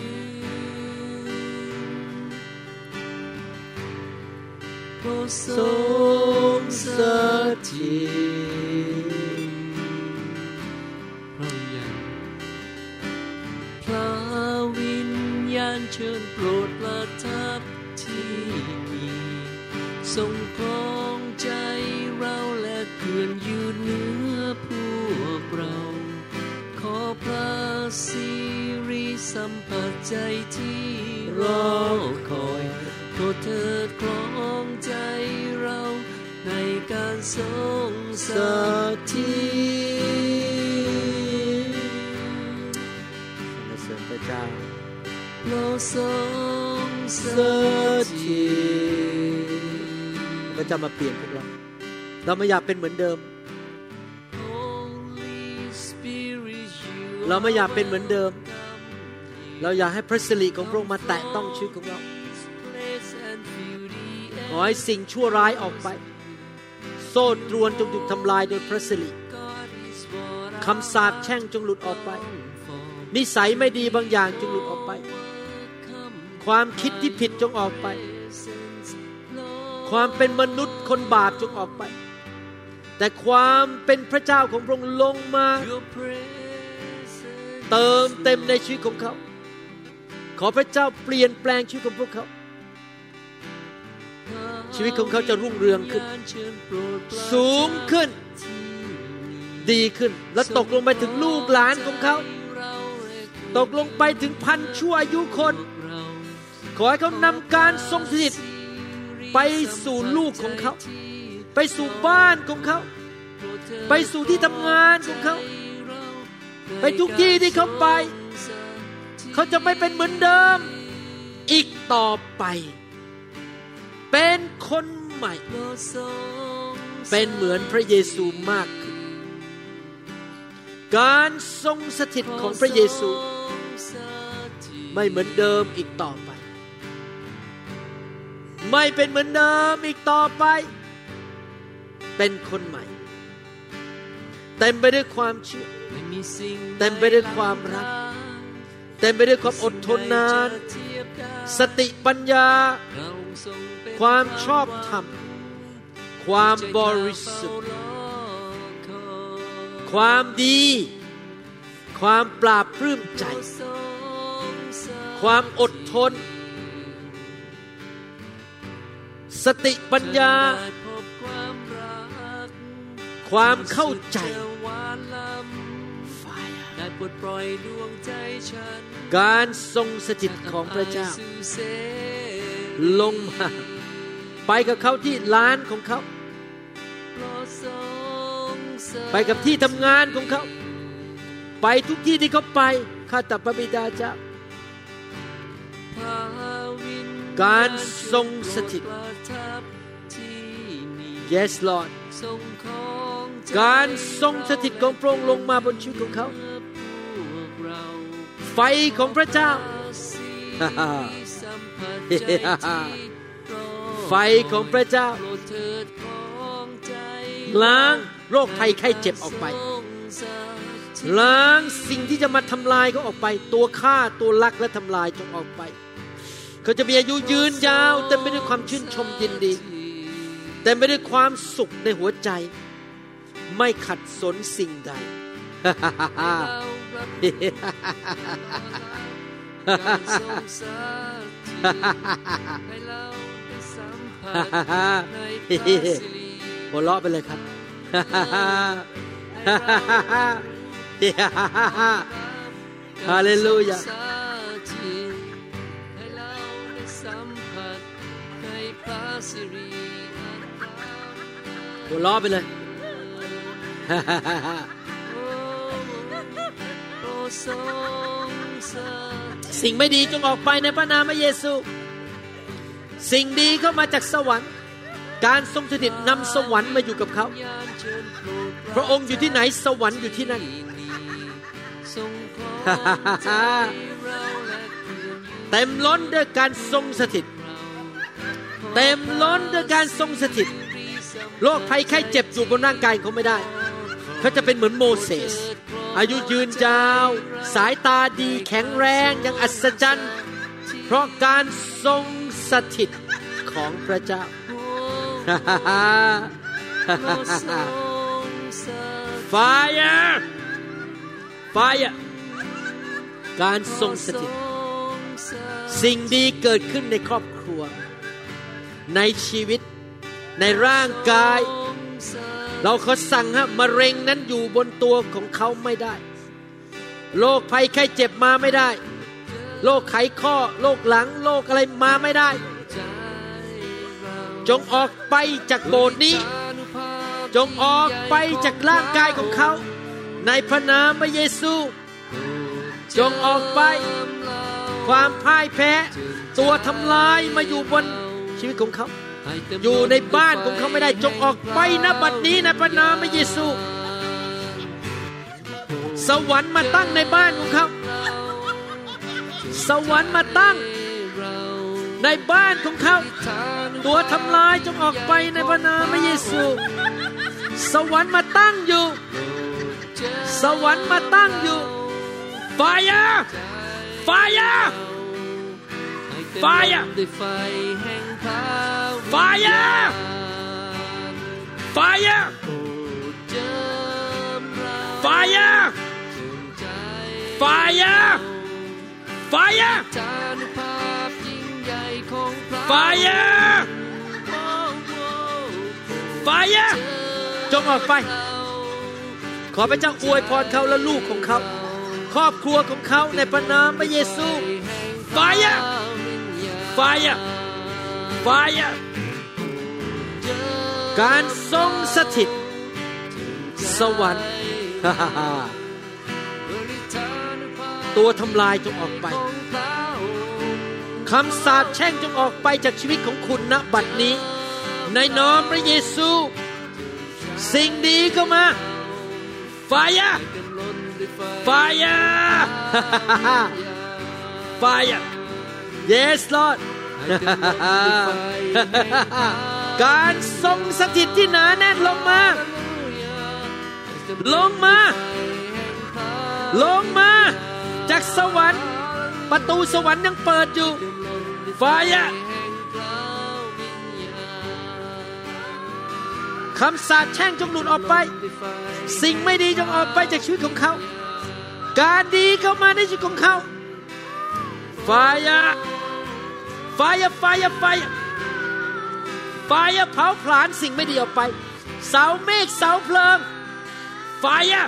โปรดทรงสถิตพระยาพระวิญญาณเชิญโปรดประทับที่นี่ทรงครองใจเราและเกื้อนอยู่เหนือพวกเราขอพระสิริสัมผัสใจที่รอคอยโปรดเถิดครองใจเราในการทรงสถิตสรรเสริญพระเจ้าโปรดทรงสถิตพระเจ้ามาเปลี่ยนพวกเราเราไม่อยากเป็นเหมือนเดิมเราไม่อยากเป็นเหมือนเดิมเราอยากให้พระสิริของพระองค์มาแตะต้องชีวิตของเราขอให้สิ่งชั่วร้ายออกไปโซ่ตรวนจงถูกทำลายโดยพระสิริคำสาปแช่งจงหลุดออกไปนิสัยไม่ดีบางอย่างจงหลุดออกไปความคิดที่ผิดจงออกไปความเป็นมนุษย์คนบาปจงออกไปแต่ความเป็นพระเจ้าของพระองค์ลงมาเติมเต็มในชีวิตของเขาขอพระเจ้าเปลี่ยนแปลงชีวิตของพวกเขาชีวิตของเขาจะรุ่งเรืองขึ้นสูงขึ้นดีขึ้นและตกลงไปถึงลูกหลานของเขาตกลงไปถึงพันชั่วอายุคนขอให้เขานำการทรงสถิตไปสู่ลูกของเขาไปสู่บ้านของเขาไปสู่ที่ทำงานของเขาไปทุกที่ที่เขาไปเขาจะไม่เป็นเหมือนเดิมอีกต่อไปเป็นคนใหม่เป็นเหมือนพระเยซูมากขึ้นการทรงสถิตของพระเยซูไม่เหมือนเดิมอีกต่อไปไม่เป็นเหมือนเดิมอีกต่อไปเป็นคนใหม่เต็มไปด้วยความเชื่อเต็มไปด้วยความรักเต็มไปด้วยความอดทนนานสติปัญญาความชอบธรรมความบริสุทธิ์ความดีความปราบปลื้มใจความอดทนสติปัญญาความเข้าใจการทรงสถิตของพระเจ้าลงมาไปกับเขาที่ร้านของเขาไปกับที่ทำงานของเขาไปทุกที่ที่เขาไปข้าแต่พระบิดาเจ้าการทรงสถิต Yes Lord การทรงสถิตของพระองค์ลงมาบนชีวิตของเขาไฟของพระเจ้าไฟของพระเจ้าล้างโรคภัยไข้เจ็บออกไปล้างสิ่งที่จะมาทำลายเขาออกไปตัวฆ่าตัวลักและทำลายจงออกไปเขาจะมีอายุยืนยาวเต็มไปด้วยความชื่นชมยินดีเต็มไปด้วยความสุขในหัวใจไม่ขัดสนสิ่งใดหัวเราะไปเลยครับฮาเลลูยาหัวเราะไปเลยสิ่งไม่ดีจงออกไปในพระนามพระเยซูสิ่งดีเข้ามาจากสวรรค์การทรงสถิตนำสวรรค์มาอยู่กับเขาพระองค์อยู่ที่ไหนสวรรค์อยู่ที่นั่นเต็มล้นด้วยการทรงสถิตเต็มล้นด้วยการทรงสถิตโรคภัยไข้เจ็บอยู่บนร่างกายเขาไม่ได้เขาจะเป็นเหมือนโมเสสอายุยืนยาวสายตาดีแข็งแรงอย่างอัศจรรย์เพราะการทรงสถิตของพระเจ้าFire Fire การทรงสถิตสิ่งดีเกิดขึ้นในครอบครัวในชีวิตในร่างกายเราขอสั่งฮะมะเร็งนั้นอยู่บนตัวของเขาไม่ได้โรคภัยไข้เจ็บมาไม่ได้โรคไขข้อโรคหลังโรคอะไรมาไม่ได้จงออกไปจากโบสถ์นี้จงออกไปจากร่างกายของเขาในพระนามพระเยซูจงออกไปความพ่ายแพ้ตัวทำลายมาอยู่บนชีวิตของเขาอยู่ในบ้านของเขาไม่ได้จงออกไปณบัดนี้ในพระนามพระเยซูสวรรค์มาตั้งในบ้านของเขาสวรรค์มาตั้งในบ้านของเขาตัวทำลายจงออกไปในพระนามพระเยซูสวรรค์มาตั้งอยู่สวรรค์มาตั้งอยู่ Fire Fire Fire Fire Fire Fire Fire Fire Fire Fire จงออกไปขอพระเจ้าอวยพรเขาและลูกของเขาครอบครัวของเขาในพระนามพระเยซู Fire Fire Fire การทรงสถิตสวรรค์ ตัวทำลายจงออกไปคำสาปแช่งจงออกไปจากชีวิตของคุณณบัดนี้ในนามพระเยซูสิ่งดีเข้ามา Fire Fire Fire Yes Lord การทรงสถิตที่หนาแน่นลงมาลงมาลงมาจากสวรรค์ประตูสวรรค์ยังเปิดอยู่ Fire คำสาปแช่งจงหลุดออกไปสิ่งไม่ดีจงออกไปจากชีวิตของเขาการดีเข้ามาในชีวิตของเขา Fire Fire Fire Fire Fire เผาผลาญสิ่งไม่ดีออกไปเสาเมฆเสาเพลิง Fire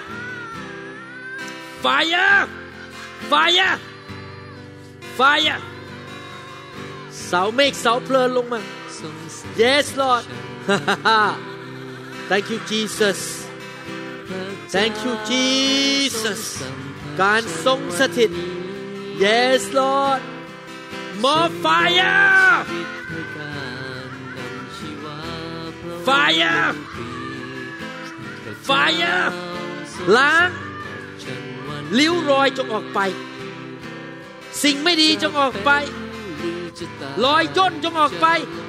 Fire Fire Fire เสาเมฆเสาเพลิงลงมา Yes Lord Thank you Jesus Thank you Jesus การทรงสถิต Yes Lord More fire Fire Fire ล้างริ้วรอยจงออกไปสิ่งไม่ดีจงออกไปรอยย่นจงออกไป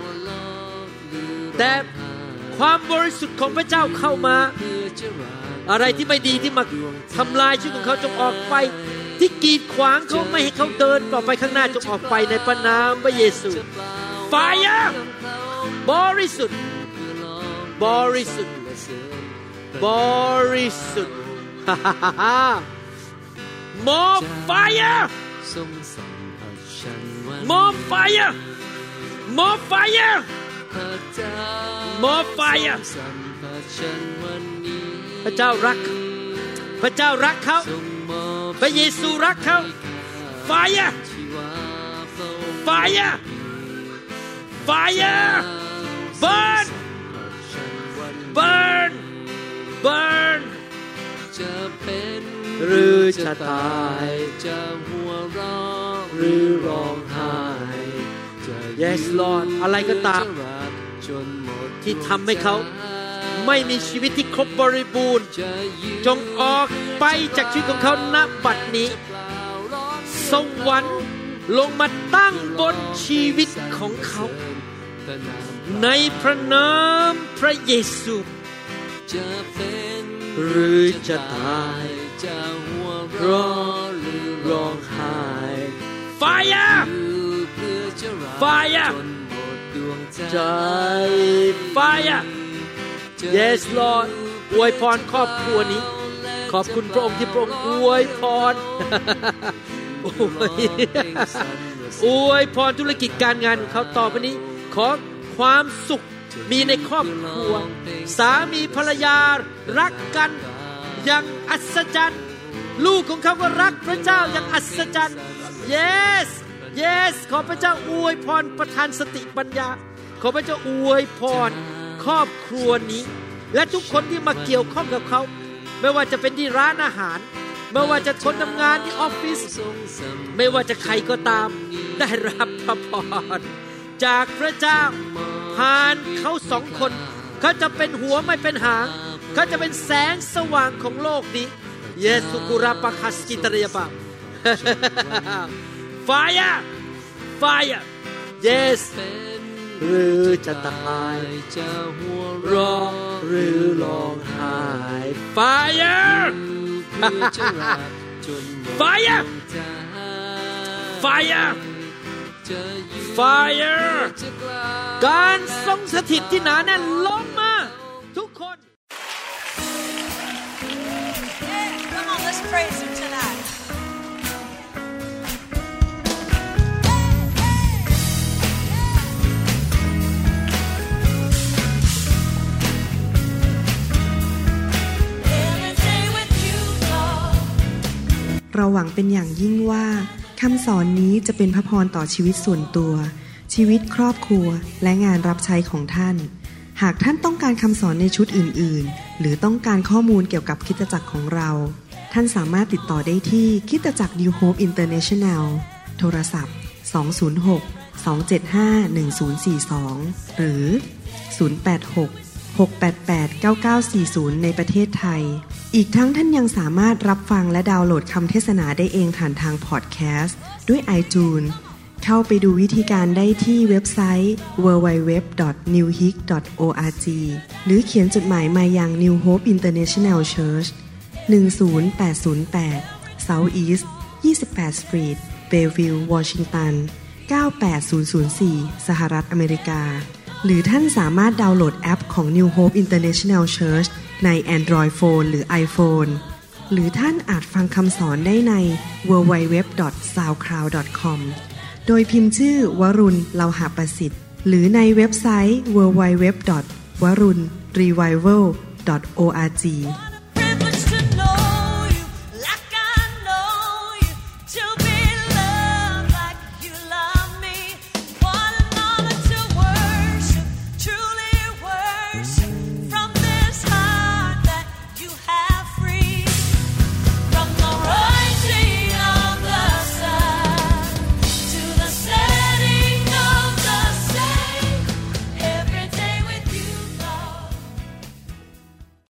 แต่ความบริสุทธิ์ของพระเจ้าเข้ามาอะไรที่ไม่ดีที่มาทำลายชีวิตของเขาจงออกไปที่กีดขวางเขาไม่ให้เขาเดินต่อไปข้างหน้าจงออกไปในพระนามพระเยซู Fire บริสุทธิ์บริสุทธิ์บริสุทธิ์ More fire More fire More fire More fire พระเจ้ารักพระเจ้ารักเขาพระเยซูรักเขา Fire Fire Fire Burn Burn Burn จะเป็นหรือจะตายจะหัวเราะหรือร้องไห้ Yes Lord อะไรก็ตามที่ทำให้เขาไม่มีชีวิตที่ครบบริบูรณ์จงออกไปจากชีวิตของเขาณบัดนี้สวรรค์ลงมาตั้งบนชีวิตของเขาในพระนามพระเยซูจะเป็นหรือจะตายจะหัวเราะหรือร้องไห้ Fire Fire ใจ Fire Yes Lord อวยพรครอบครัวนี้ขอบคุณพระองค์ที่พระองค์อวยพรอวยพรธุรกิจการงานของเขาต่อไปนี้ขอความสุขมีในครอบครัวสามีภรรยารักกันอย่างอัศจรรย์ลูกของเขาก็รักพระเจ้าอย่างอัศจรรย์ Yes Yes ขอพระเจ้าอวยพรประทานสติปัญญาขอพระเจ้าอวยพรครอบครัวนี้และทุกคนที่มาเกี่ยวข้องกับเขาไม่ว่าจะเป็นที่ร้านอาหารไม่ว่าจะคนทำงานที่ออฟฟิศไม่ว่าจะใครก็ตามได้รับพระพรจากพระเจ้าผ่านเขาสองคนเขาจะเป็นหัวไม่เป็นหางเขาจะเป็นแสงสว่างของโลกนี้เยซูกุราปะคัสกิตเรียบา fire fire yes หรือจะตายจะหัวรอหรือร้องไห้ fire เพื่อจะรักจน fire fire fire การทรงสถิตที่หนาแน่นลงมาทุกคน Hey, come on, let's praise him tonight. เราหวังเป็นอย่างยิ่งว่าคำสอนนี้จะเป็นพระพรต่อชีวิตส่วนตัวชีวิตครอบครัวและงานรับใช้ของท่านหากท่านต้องการคำสอนในชุดอื่นๆหรือต้องการข้อมูลเกี่ยวกับคริสตจักรของเราท่านสามารถติดต่อได้ที่คริสตจักร New Hope International โทรศัพท์สอง ศูนย์ หก สอง เจ็ด ห้า หนึ่ง ศูนย์ สี่ สองหรือศูนย์ แปด หก หก แปด แปด เก้า เก้า สี่ศูนย์ในประเทศไทยอีกทั้งท่านยังสามารถรับฟังและดาวน์โหลดคำเทศนาได้เองผ่านทางพอดแคสต์ด้วย iTunes เข้าไปดูวิธีการได้ที่เว็บไซต์ ดับเบิลยู ดับเบิลยู ดับเบิลยู ดอท นิว โฮป ดอท โอ อาร์ จี หรือเขียนจดหมายมายัง New Hope International Church หนึ่ง ศูนย์ แปด ศูนย์ แปด South East ยี่สิบแปด Street Bellevue Washington เก้า แปด ศูนย์ ศูนย์ สี่ สหรัฐอเมริกาหรือท่านสามารถดาวน์โหลดแอปของ New Hope International Church ใน Android Phone หรือ iPhone หรือท่านอาจฟังคำสอนได้ใน ดับเบิลยู ดับเบิลยู ดับเบิลยู ดอท ซาวด์คลาวด์ ดอท คอม โดยพิมพ์ชื่อวรุณ เลาหะประสิทธิ์หรือในเว็บไซต์ ดับเบิลยู ดับเบิลยู ดับเบิลยู ดอท วรุณ รีไววัล ดอท โอ อาร์ จี